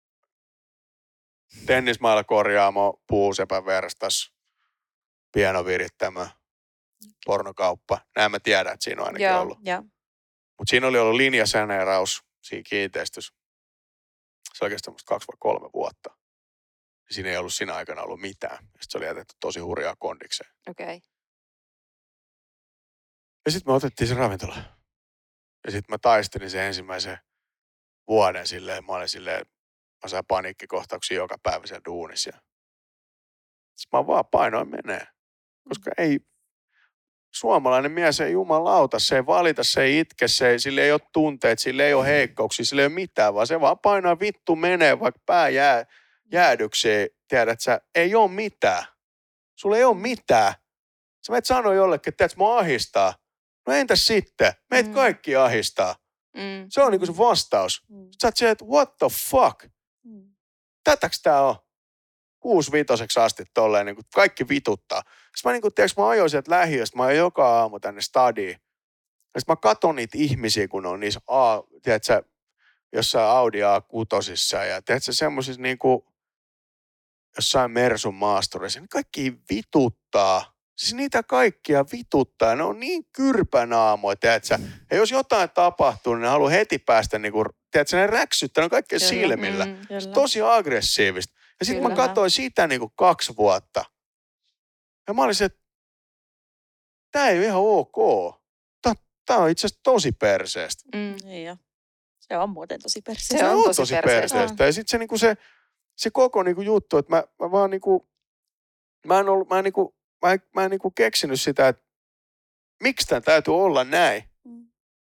Tennismailla korjaamo, puusepän verstas, pianovirittämö, pornokauppa. Näin mä tiedän, että siinä on ainakin Joo. ollut. Joo. Mutta siinä oli ollut linjasaneeraus siinä kiinteistössä. Se oikeastaan musta kaksi vai kolme vuotta. Siinä ei ollut siinä aikana ollut mitään. Sitten se oli jätetty tosi hurjaa kondikseen. Okei. Ja sitten me otettiin se ravintola. Ja sitten mä taistelin sen ensimmäisen vuoden silleen, mä olin silleen, mä sain paniikkikohtauksia joka päivä siellä duunissa. Sitten mä vaan painoin menee, koska ei, suomalainen mies ei jumalauta, se ei valita, se ei itke, se ei, sillä ei ole tunteet, sillä ei ole heikkouksia, sillä ei ole mitään, vaan se vaan painaa vittu menee, vaikka pää jää, jäädyksiin, tiedät sä, ei ole mitään. Sulla ei ole mitään. Sä menet sanoa jollekin, että tiedät, mua ahistaa. No entäs sitten? Meitä Mm. kaikki ahistaa. Mm. Se on niinku se vastaus. Mm. Sä oot se, että what the fuck? Mm. Tätäks tää on? Kuusi vitoseksi asti tolleen, niinku kaikki vituttaa. Sitten mä niinku, tiedätkö, mä ajoin sieltä lähiöstä, mä ajoin joka aamu tänne stadiin. Ja sit mä katon niitä ihmisiä, kun on niissä, A, tiedätkö, jossain Audi A kuusi ja tiedätkö, semmosissa niinku, jossain Mersun maastureissa, niin kaikki vituttaa. Siis niitä kaikkia vituttaa. Ne on niin kyrpänaamoja, tiedätkö? Ja jos jotain tapahtuu, niin ne haluaa heti päästä, niinku, tiedätkö, ne räksyttää, ne on kaikkea Kyllä. silmillä. Mm. Kyllä. Tosi aggressiivista. Ja sitten mä Kyllä. katsoin sitä niinku kaksi vuotta. Ja mä olin se, että tää ei ole ihan ok. Tää, tää on itse asiassa tosi perseestä. Mm. Niin jo. Se on muuten tosi Se perseestä. on tosi perseestä. perseestä. Ja sitten se, niinku se, se koko niinku juttu, että mä, mä vaan niinku, mä en, ollut, mä en, niinku, mä en, mä en niinku keksinyt sitä, että miksi tää täytyy olla näin. Mm.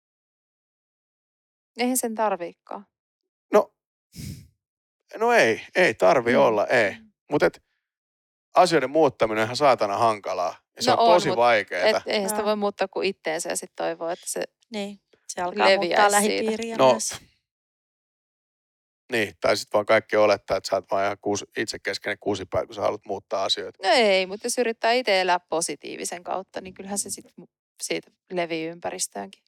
Eihän sen tarviikaan. No, no ei, ei tarvi Mm. olla, ei. Mutta asioiden muuttaminen on ihan saatana hankalaa. Ja se No on on, tosi mut vaikeaa. Et, eihän sitä Joo. voi muuttaa kuin itteensä ja sitten toivoa, että se... Niin. Se alkaa Leviäisi muuttaa siitä. lähipiiriä No, myös. Niin, tai sitten vaan kaikki olettaa, että sä oot vaan ihan kuusi, itsekeskeinen kuusipää, kun sä haluat muuttaa asioita. No ei, mutta jos yrittää itse elää positiivisen kautta, niin kyllähän se sitten siitä levii ympäristöönkin.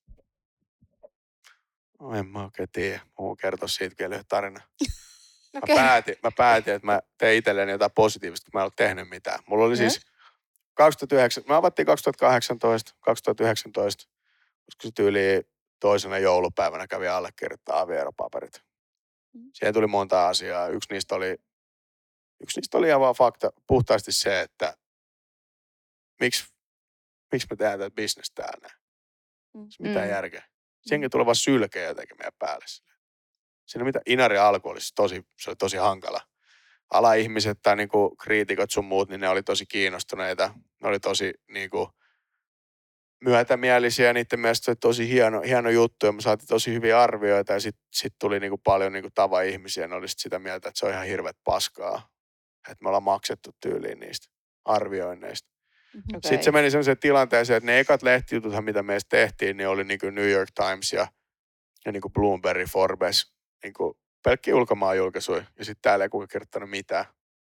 No en mä oikein tiedä. Mä voin kertoa siitä vielä yhden tarina. Mä, Okei. päätin, mä päätin, että mä tein itselleni jotain positiivista, kun mä en ollut tehnyt mitään. Mulla oli Mm. siis kaksituhattayhdeksän, me avattiin kaksituhattakahdeksantoista, kaksituhattayhdeksäntoista, koska se tyyli toisena joulupäivänä kävi allekirjoittaa avieropaperit. Mm. Siihen tuli monta asiaa. Yksi niistä oli, yksi niistä oli ihan vaan fakta, puhtaasti se, että miksi, miksi me tehdään tätä bisnestä täällä näin. Mm. Se mitään Mm. järkeä. Senkin tulee vaan sylkeä jotenkin meidän päälle. Siinä mitä Inari alku oli tosi, se oli tosi hankala. Ala-ihmiset tai niinku kriitikot sun muut, niin ne oli tosi kiinnostuneita. Ne oli tosi niinku myötämielisiä. Niiden mielestä se oli tosi hieno, hieno juttu ja me saatiin tosi hyviä arvioita. Ja sitten sit tuli niinku paljon niinku tava-ihmisiä. Ne oli sit sitä mieltä, että se on ihan hirveät paskaa. Että me ollaan maksettu tyyliin niistä arvioinneista. Mhm. Okei. Sitten se meni sellaiseen tilanteeseen, että ne ekat lehtijututhan, mitä meistä tehtiin, niin oli niinku New York Times ja, ja niinku Bloomberg, Forbes, niinku pelkkiä ulkomaan julkaisuja. Ja sitten täällä ei kukaan kirjoittanut mitään.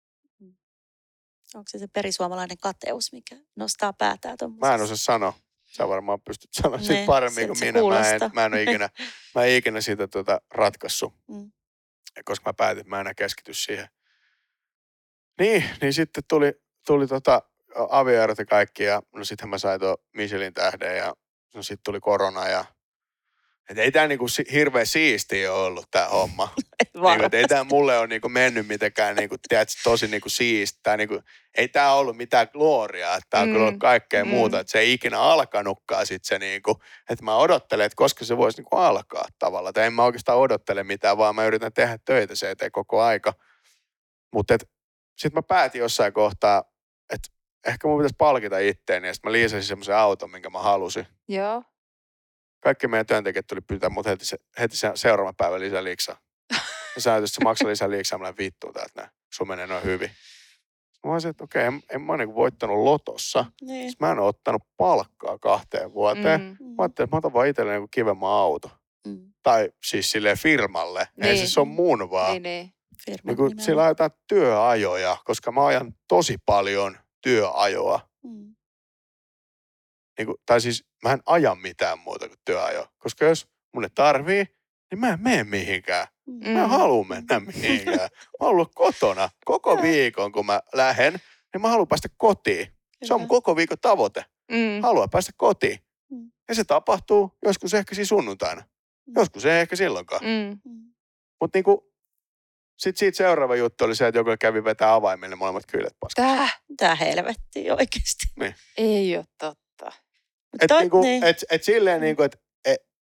Onko se se perisuomalainen kateus, mikä nostaa päätään tuommoisessa? Mä en osaa sanoa. Sä varmaan pystyt sanoa Ne, siitä paremmin siltä kuin se minä. Mä en, kuulostaa. mä en ole ikinä, mä en ikinä siitä tota ratkaissut, Mm. koska mä päätin, että mä en enää keskity siihen. Niin, niin sitten tuli, tuli tota avioerot ja kaikki ja no sittenhän mä sain tuon Michelin tähden ja no sitten tuli korona ja et ei tää niinku si- hirveän siistiä ole ollut tää homma. Niinku, et ei tää mulle ole niinku mennyt mitenkään niinku, tiedät, tosi niinku siistiä. Tää niinku, ei tää ollut mitään gloriaa, että tää on Mm, kyllä ollut kaikkea mm. muuta. Että se ei ikinä alkanutkaan sit se niinku, että mä odottelen, että koska se voisi niinku alkaa tavallaan. Tai en mä oikeastaan odottele mitään, vaan mä yritän tehdä töitä se eteen koko aika. Mutta sitten mä päätin jossain kohtaa, että ehkä mun pitäisi palkita itteeni. Ja sitten mä liisasin semmoisen auton, minkä mä halusin. Joo. Kaikki meidän työntekijät tuli pyytää mut heti, se, heti se seuraavan päivän lisää liiksaa. Ja sä ajattelit, että se maksaa lisää liiksaa, mä lähden vittuun täältä näin. Sun menee noin hyvin. Mä olisin, että okei, en, en mä ole niinku voittanut lotossa. Niin. Mä en ole ottanut palkkaa kahteen vuoteen. Mm. Mä ajattelin, että mä otan vaan itselleni niinku kivemman auto. Mm. Tai siis silleen firmalle. Ei Niin. siis se on mun vaan. Niin, niin. Firman Niinku, nimellä. sillä ajetaan työajoja, koska mä ajan tosi paljon työajoa. Mm. Niinku, tai siis mä en aja mitään muuta kuin työajoa. Koska jos mun ne tarvii, niin mä en mene mihinkään. Mm. Mä en halua mennä mihinkään. Mä haluan olla kotona koko viikon, kun mä lähden, niin mä haluan päästä kotiin. Se on mun koko viikon tavoite. Mm. Haluan päästä kotiin. Mm. Ja se tapahtuu joskus ehkä siinä sunnuntaina. Joskus ei ehkä silloinkaan. Mm. Mm. Mutta niinku, sit siitä seuraava juttu oli se, että joku kävi vetää avaimille molemmat kyylet paskat. Tää Tää helvetti oikeesti. ei ole totta. Et, Toi- niinku, niin. et, et silleen niinku, että et,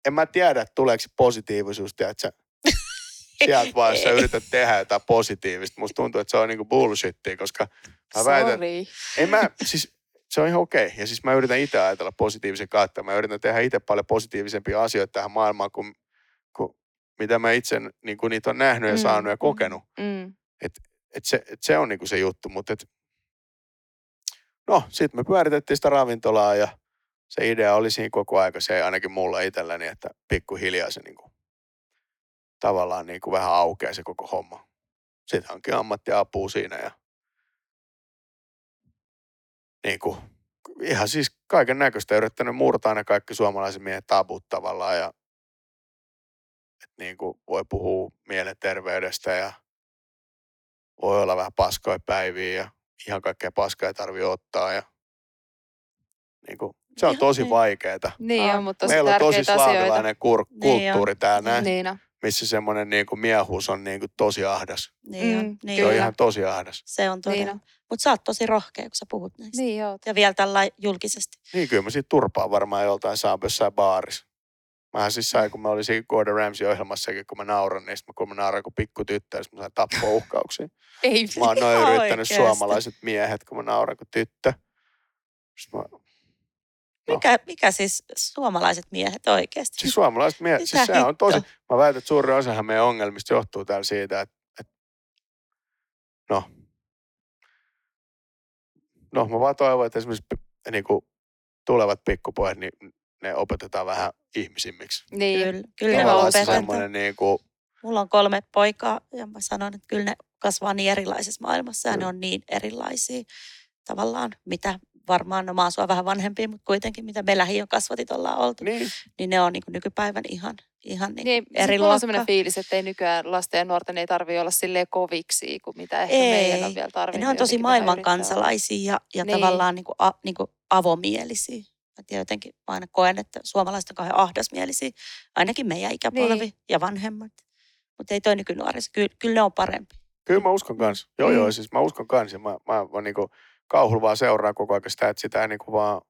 en mä tiedä, että tuleeko se positiivisuus, tiedätkö? Sieltä vaan, jos sä yrität tehdä jotain positiivista. Musta tuntuu, että se on niinku bullshittia, koska mä väitän, Sorry. ei mä, siis se on ihan okei. Okay. Ja siis mä yritän itse ajatella positiivisen kautta. Mä yritän tehdä itse paljon positiivisempia asioita tähän maailmaan, kuin, kuin mitä mä itse niin kuin niitä on nähnyt ja Mm, saanut ja kokenut. Mm. Et, et se, et se on niinku se juttu, mutta et, no, sit me pyöritettiin sitä ravintolaa ja se idea oli siinä koko aika se ainakin mulla itselläni, että pikkuhiljaa se niinku, tavallaan niinku vähän aukeaa se koko homma. Sitten hankin ammattiapua siinä ja niinku, ihan siis kaiken näköistä yrittänyt murtaa ne kaikki suomalaisen miehen tabut tavallaan ja että niinku voi puhua mielenterveydestä ja voi olla vähän paskoja päiviä ja ihan kaikkea paskaa ei tarvitse ottaa ja niinku, se on Ihan tosi niin. vaikeeta. Niin on, On. mutta tosi Meillä on tosi tärkeitä asioita. slaavilainen kur- Niin kulttuuri täällä näin, Niin on. missä semmoinen niinku miehuus on niinku tosi ahdas. Niin on, Mm, niin Se on Kyllä. ihan tosi ahdas. Se on Niin todella. on. Mutta sä oot tosi rohkea, kun sä puhut näistä. Niin joo. Ja vielä tällä julkisesti. Niin kyllä mä siitä turpaan varmaan joltain saa jossain baarissa. Mähän siis sain, kun mä olin siinä Gordon Ramsay-ohjelmassakin, kun mä nauran niistä, kun mä nauran kuin pikku tyttö, ja mä sain tappouhkauksia. Ei. Mä oon noin Ihan yrittänyt oikeesti. suomalaiset miehet, kun mä nauran kuin tyttö. Sitten mä, Mikä, mikä siis suomalaiset miehet oikeasti? siis suomalaiset miehet, Mitä siis se on tosi, hittoa? mä väitän, että suurin osahan meidän ongelmista johtuu täällä siitä, että, että no, no mä vaan toivon, että esimerkiksi niin kuin tulevat pikkupojat, niin ne opetetaan vähän ihmisimmiksi. Niin. Kyllä, kyllä Kyllä ne mä opetetaan. uskon. semmoinen niin kuin, Mulla on kolme poikaa ja mä sanon, että kyllä ne kasvaa niin erilaisessa maailmassa ja Kyllä. ne on niin erilaisia tavallaan, mitä varmaan, no mä oon sua vähän vanhempia, mutta kuitenkin mitä me lähiökasvatit ollaan oltu, niin, niin ne on niin kuin nykypäivän ihan, ihan niin Niin, eri sit mulla on luokka. sellainen fiilis, että ei nykyään lasten ja nuorten ei tarvitse olla silleen koviksi, kuin mitä ehkä Ei. meidän on vielä Ja tarvinnut. ne on tosi jotenkin vähän maailman yrittää olla. kansalaisia ja, ja Niin. tavallaan niin kuin, a, niin kuin avomielisiä. Mä tiedän, jotenkin mä aina koen, että suomalaiset on kauhean ahdasmielisiä, ainakin meidän ikäpolvi Niin. ja vanhemmat. Mutta ei toi nykynuoriso, kyllä, kyllä ne on parempi. kyllä mä uskon kans. Joo, Mm. joo, siis mä uskon kans. Ja mä, mä, mä niin kuin kauhulla vaan seuraan koko ajan sitä, että sitä ei niin kuin vaan,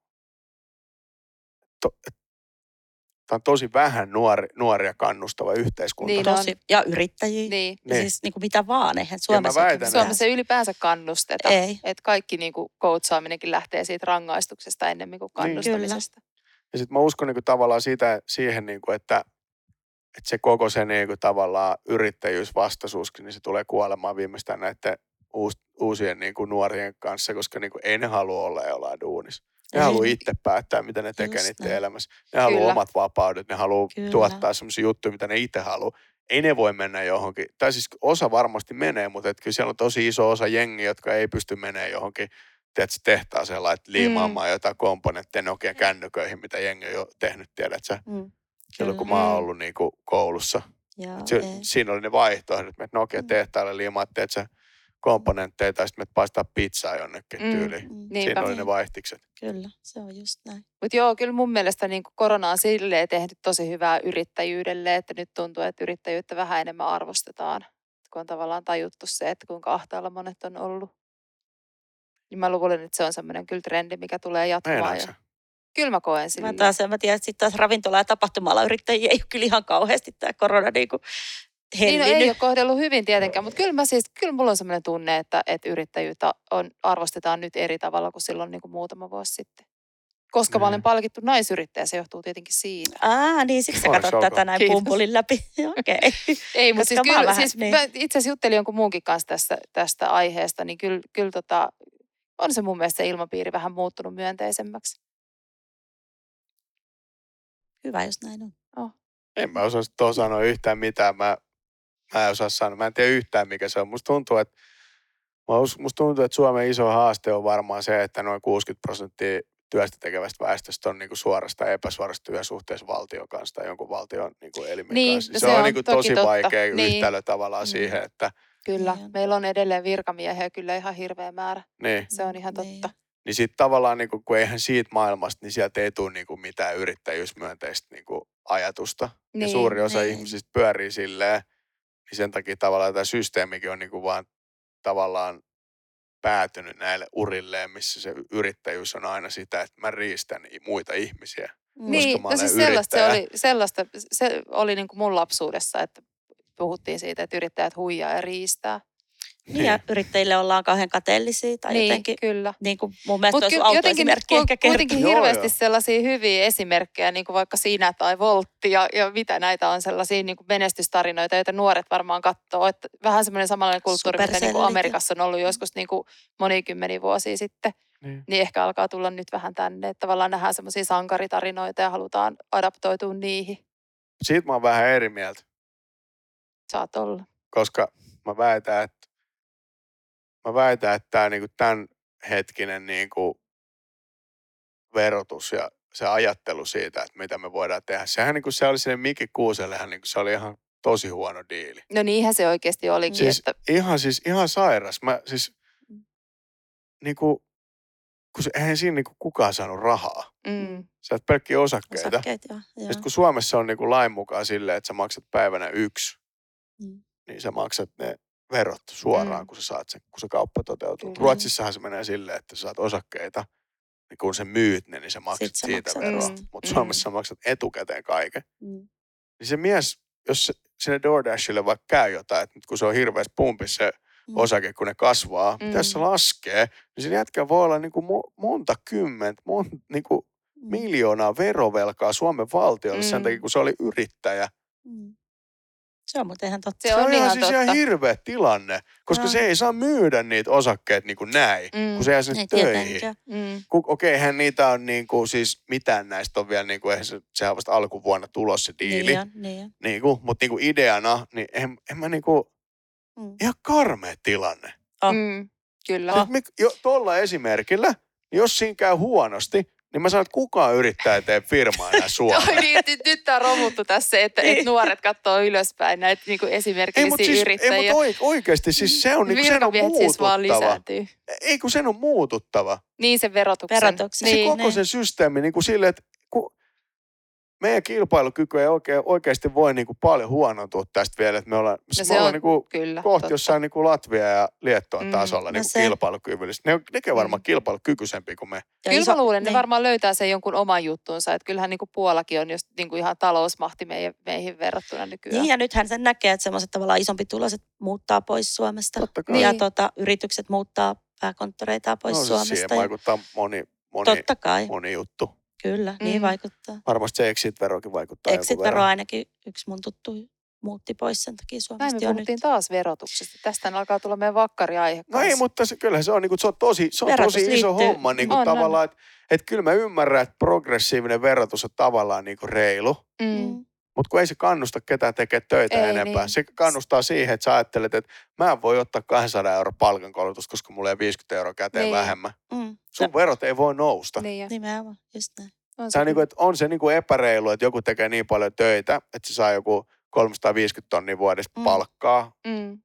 to, tämä on tosi vähän nuori, nuoria kannustava yhteiskunta. Niin on. Tosi, ja yrittäjiä. Niin. Ja Niin. siis niin kuin mitä vaan, eihän Suomessa väitän, ole että- Suomessa ei ylipäänsä kannusteta. Ei. Että kaikki niinku koutsaaminenkin lähtee siitä rangaistuksesta ennemmin kuin Niin. kannustamisesta. Ja sitten mä uskon niin kuin tavallaan siitä, siihen, niin kuin, että, että se koko se niin kuin tavallaan yrittäjyysvastaisuuskin, niin se tulee kuolemaan viimeistään näiden uus, uusien niin kuin nuorien kanssa, koska niin kuin ei ne halua olla jollain duunissa. Ne Ei. haluaa itse päättää, mitä ne tekee Just niiden näin. elämässä. Ne haluaa Kyllä. omat vapaudet, ne haluaa Kyllä. tuottaa sellaisia juttuja, mitä ne itse haluaa. Ei ne voi mennä johonkin, tai siis osa varmasti menee, mutta et kyllä siellä on tosi iso osa jengiä, jotka ei pysty menemään johonkin tiedätkö, tehtaaseen lait liimaamaan mm. jotain komponentteja Nokian kännyköihin, mitä jengi on jo tehnyt, tiedätkö? Mm. Silloin kun Kyllä. mä oon Mm. ollut niin kuin koulussa. Joo, Se, ei. siinä oli ne vaihtoehdot, että Nokia Mm. tehtaalle liimaat, tiedätkö, komponentteja, tai sitten me paistaa pizzaa jonnekin Mm. tyyliin. Mm. Niinpä. Siinä oli ne Niin. vaihtikset. Kyllä, se on just näin. Mutta joo, kyllä mun mielestä niin korona on silleen tehnyt tosi hyvää yrittäjyydelle, että nyt tuntuu, että yrittäjyyttä vähän enemmän arvostetaan. Kun on tavallaan tajuttu se, että kuinka ahtaalla monet on ollut. Niin mä luulen, että se on semmoinen kyllä trendi, mikä tulee jatkumaan. Meinaatko Ja sä? kyllä mä koen Mä silleen. taas, mä tiedän, että sitten taas ravintola- ja tapahtuma yrittäjiä ei ole kyllä ihan kauheasti tämä korona niin kuin Niin no, hellinyt. ei ole kohdellut hyvin tietenkään, mutta kyllä, mä siis, kyllä mulla on semmoinen tunne, että, että yrittäjyyttä on, arvostetaan nyt eri tavalla kuin silloin niin kuin muutama vuosi sitten. Koska mä olen Niin. palkittu naisyrittäjä, se johtuu tietenkin siitä. Aa, niin siksi sä Onneksi katsot olkoon. tätä näin Kiitos. pumpulin läpi. Okei. Ei, mutta Koska siis mä oon kyllä, vähän- siis niin. mä itse asiassa juttelin jonkun muunkin kanssa tästä, tästä aiheesta, niin kyllä, kyllä tota, on se mun mielestä se ilmapiiri vähän muuttunut myönteisemmäksi. Hyvä, jos näin on. En mä osaa tuohon sanoa yhtään mitään. Mä, mä en osaa sanoa. Mä en tiedä yhtään, mikä se on. Musta tuntuu, että, musta tuntuu, että Suomen iso haaste on varmaan se, että noin kuusikymmentä prosenttia työstä tekevästä väestöstä on niinku suorasta ja epäsuorasta työsuhteessa valtion kanssa tai jonkun valtion niinku elimen Niin, kanssa. no Se, se on, on niinku toki tosi totta. vaikea Niin. yhtälö tavallaan Mm. siihen, että Kyllä, Niin on. meillä on edelleen virkamiehiä kyllä ihan hirveä määrä. niin. Se on ihan Niin. totta. Niin sitten tavallaan, niinku, kun eihän siitä maailmasta, niin sieltä ei tule niinku mitään yrittäjyysmyönteistä niinku ajatusta. Ja Niin, suuri osa niin. ihmisistä pyörii silleen, niin sen takia tavallaan tämä systeemikin on niinku vaan tavallaan päätynyt näille urilleen, missä se yrittäjyys on aina sitä, että mä riistän i- muita ihmisiä. Niin, koska mä no olen siis sellaista se yrittäjä. oli, sellaista, se oli niin kuin mun lapsuudessa, että puhuttiin siitä, että yrittäjät huijaa ja riistää. Niin, ja yrittäjille ollaan kauhean kateellisia tai Niin, jotenkin, kyllä. niin kuin mun mielestä Mutta olisi jotenkin autoesimerkki ku- ehkä kertoo. kuitenkin Joo, hirveästi joo. sellaisia hyviä esimerkkejä, niin kuin vaikka Sinä tai Voltti ja, ja mitä näitä on sellaisia niin kuin menestystarinoita, joita nuoret varmaan katsoo. Että vähän semmoinen samanlainen kulttuuri, mitä niin kuin Supercellit ja- Amerikassa on ollut joskus niin kuin monikymmeniä vuosia sitten. Niin. Niin ehkä alkaa tulla nyt vähän tänne, että tavallaan nähdään semmoisia sankaritarinoita ja halutaan adaptoitua niihin. Siitä mä oon vähän eri mieltä, Saat olla. koska mä väitän, että mä väitän, että tää niinku tämän hetkinen niinku verotus ja se ajattelu siitä, että mitä me voidaan tehdä. Sehän niinku se oli sinne Mikki Kuusellehan niinku se oli ihan tosi huono diili. No niinhän se oikeasti olikin. Siis Että, ihan siis ihan sairas. Mä siis niinku, kun se, eihän siinä niinku kukaan saanut rahaa. mm, Sä et pelkkiä osakkeita. Osakkeet, joo. Ja joo. sitten kun Suomessa on niinku lain mukaan silleen, että sä maksat päivänä yksi, Mm. niin sä maksat ne verot suoraan, Mm. kun sä saat sen, kun se kauppa toteutuu. Kyllä. Ruotsissahan se menee silleen, että sä saat osakkeita, niin kun sä myyt ne, niin sä maksat Sit sä siitä maksat veroa. niistä. Mutta Mm. Suomessa sä maksat etukäteen kaiken. Mm. Niin se mies, jos se, sinne DoorDashille vaikka käy jotain, että nyt kun se on hirveässä pumpissa se Mm. osake, kun ne kasvaa, Mm. mm. mitä se laskee, niin siinä jätkä voi olla niinku mo- monta kymmentä, mon, niinku Mm. miljoonaa verovelkaa Suomen valtiolle Mm. sen takia, kun se oli yrittäjä. Mm. Se on muuten ihan totta. Se on ihan ihan siis totta. ihan hirveä tilanne, koska Joo. se ei saa myydä niitä osakkeet niin kuin näin, Mm. kun se jää sinne Ei töihin. tietenkään. mm, Ku- Okei, eihän niitä on niin kuin, siis mitään näistä on vielä, niin kuin, eihän se, sehän on vasta alkuvuonna tulos se diili, Niin on, niin on. niin kuin, mutta niin kuin ideana, niin en, en mä niin kuin, Mm. ihan karmea tilanne. Oh. mm, kyllä. Oh. Mik, jo, tuolla esimerkillä, niin jos siinä käy huonosti, niin mä sanon, että kukaan yrittää ja tee firmaa enää Oi Suomeen. niin, nyt, nyt tämä romuttu tässä, että, Niin. että nuoret katsoo ylöspäin näitä niin kuin Ei, esimerkillisiä mutta siis, ei, yrittäjiä. mut oik- oikeasti, siis se on, niin kuin, sen on Virkamiehet siis vaan muututtava. lisääntyy. Ei, kun sen on muututtava. Niin sen verotuksen. Verotuksen. Se Niin. koko niin. sen systeemi niin kuin silleen, että kun meidän kilpailukyky ei oikein, oikeasti voi niin kuin paljon huonontua tästä vielä, että me ollaan, No me se ollaan on niin kuin Kyllä, kohti totta. jossain niin kuin Latvia ja Liettuan Mm. tasolla No niin kuin se. kilpailukyvyllisesti. Ne, on- nekin on varmaan Mm. kilpailukykyisempiä kuin me. Ja Kyllä iso- mä luulen, ne niin. varmaan löytää sen jonkun oman juttunsa. Että kyllähän niin kuin Puolakin on just niin kuin ihan talousmahti meihin, meihin verrattuna nykyään. Niin, ja nythän sen näkee, että semmoiset tavallaan isompi tuloiset muuttaa pois Suomesta. Totta kai. Niin. Ja tota, yritykset muuttaa pääkonttoreitaan pois No, siis Suomesta. siihen Ja vaikuttaa moni, moni, totta kai, moni juttu. kyllä, niin Mm. vaikuttaa. Varmasti se exit-verokin vaikuttaa jonkun Exit-vero verran. ainakin yksi mun tuttu muutti pois sen takia Näin Suomesta me jo nyt. puhuttiin taas verotuksesta. Tästä alkaa tulla meidän vakkariaihe No kanssa. ei, mutta se, kyllähän se on, niin kuin, se on tosi, se on Verotus tosi iso liittyy- homma niin kuin On, on. tavallaan, että et kyllä mä ymmärrän, että progressiivinen verotus on tavallaan niin kuin reilu. Mm. Mm. Mutta kun ei se kannusta ketään tekemään töitä Ei enempää. niin. Se kannustaa siihen, että sä ajattelet, että mä en voi ottaa kaksisataa euroa palkankorotusta, koska mulla ei viisikymmentä euroa käteen Niin. vähemmän. Mm. Sun verot ei voi nousta. Niin, ja Nimenomaan, just näin. on Se on, kyllä. niinku, että on se niinku epäreilu, että joku tekee niin paljon töitä, että se saa joku kolmesataaviisikymmentä tonnia vuodessa Mm. palkkaa, Mm,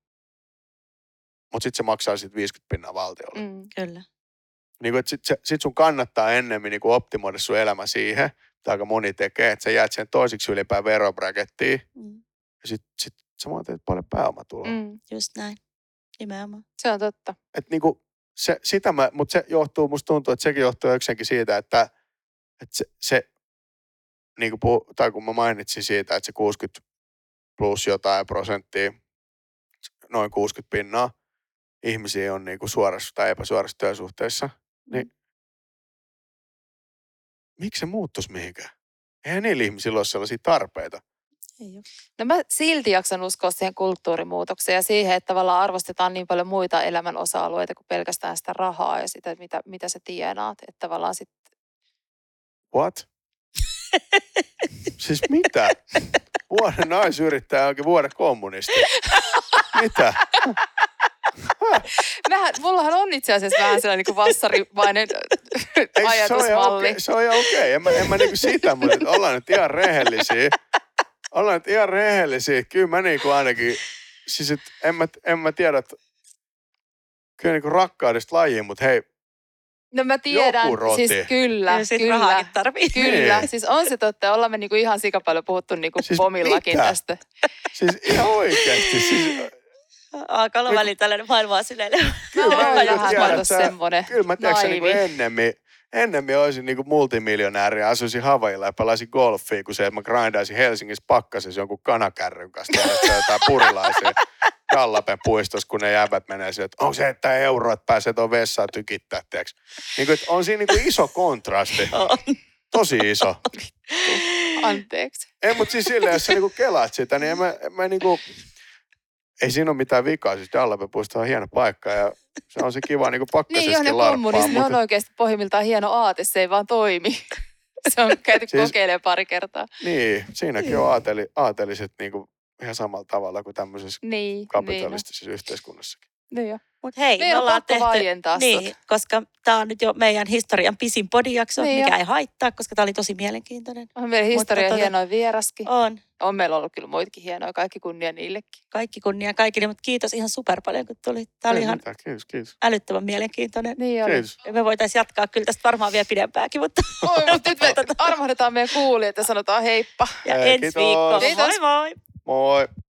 mutta sitten se maksaa sitten viisikymmentä pinnaa valtiolle. Mm. mm, Kyllä. Niinku, sitten sit sun kannattaa ennemmin niinku optimoida sun elämä siihen, mitä aika moni tekee, että sä jäät sen toisiksi ylipään verobrakettiin, Mm. ja sitten sit sä vaan teet paljon pääomatuloa. Mm. mm. Just näin. Nimenomaan. Se on totta. Että niinku, se, sitä mä, mutta se johtuu, musta tuntuu, että sekin johtuu yksinkin siitä, että, että se, se niinku puhu, tai kun mä mainitsin siitä, että se kuusikymmentä plus jotain prosenttia, noin kuusikymmentä pinnaa, ihmisiä on niinku suorassa tai epäsuorassa työsuhteessa, niin miksi se muuttuisi mihinkään? Eihän niillä ihmisillä ole sellaisia tarpeita. Ei ole. No mä silti jaksan uskoa siihen kulttuurimuutokseen ja siihen, että tavallaan arvostetaan niin paljon muita elämän osa-alueita kuin pelkästään sitä rahaa ja sitä, mitä, mitä sä tienaat. Että tavallaan sit, What? Siis mitä? Vuoden naisyrittäjä onkin vuoden kommunisti. Mitä? Mähän, mullahan on itse asiassa vähän sellainen niin kuin vassarimainen Ei, se on ihan ajatusmalli. okei. Se on ihan okei. En mä, en mä niinku sitä, mutta että ollaan nyt ihan rehellisiä. Ollaan nyt ihan rehellisiä. Kyllä mä niinku ainakin, siis et, en, mä, en mä tiedä, että kyllä niinku rakkaudesta lajiin, mutta hei, No mä tiedän, Joku roti. siis kyllä, Kyllä sit kyllä. rahaakin tarvii. Kyllä, Niin. siis on se totta. Ollaan me niinku ihan sikapaljon puhuttu niinku Siis pomillakin mitä? tästä. siis ihan oikeasti. Siis, Alkaa olla väliin tällainen maailmaa syleillä. Kyllä Mä mä oon niinku vähän tiedän, ollut että sä- semmonen kyllä mä tiedän, että niinku naivi. ennemmin, ennemmin olisin niinku multimiljonääri ja asuisin Havailla ja pelaisin golfia, kun se, että mä grindaisin Helsingissä pakkasessa jonkun kanakärryn kanssa. Tiedätkö, jotain purilaisia Kallapen puistossa, kun ne jäbät menee siihen, että on se, että euro, että pääsee tuon vessaan tykittää, tiedätkö? Niin kuin, on siinä niinku iso kontrasti. Tosi iso. Anteeksi. Ei, mutta siis silleen, jos sä niinku kelaat sitä, niin en mä, en mä niinku... Ei siinä ole mitään vikaa. Siis Dallapen-puisto on hieno paikka ja se on se kiva niinku pakkasessakin Niin, joo, ne larppaa. kommunismi Mutta... on oikeasti pohjimmiltaan hieno aate, se ei vaan toimi. Se on käyty Siis- kokeilemaan pari kertaa. Niin, siinäkin on aateli, aateliset niinku ihan samalla tavalla kuin tämmöisessä Niin, kapitalistisessa yhteiskunnassakin. niin, niin jo. Mutta hei, Meidän me on ollaan pakko tehty... vaientaa Niin, sut. koska tämä on nyt jo meidän historian pisin podijakso, Niin mikä jo. ei haittaa, koska tämä oli tosi mielenkiintoinen. On meillä Mutta historian tota- hienoin vieraskin. On. On meillä ollut kyllä muitakin hienoja, kaikki kunnia niillekin. Kaikki kunnia kaikille, mutta kiitos ihan super paljon, kun tuli. Tämä oli Ei ihan mitään, kiitos, kiitos. älyttömän mielenkiintoinen. Niin oli. Kiitos. Ja me voitaisiin jatkaa kyllä tästä varmaan vielä pidempääkin, mutta Oi, mutta nyt me armahdetaan meidän kuulijat ja sanotaan heippa. ja Hei, ensi kiitos. viikkoon. Kiitos. Moi moi! Moi!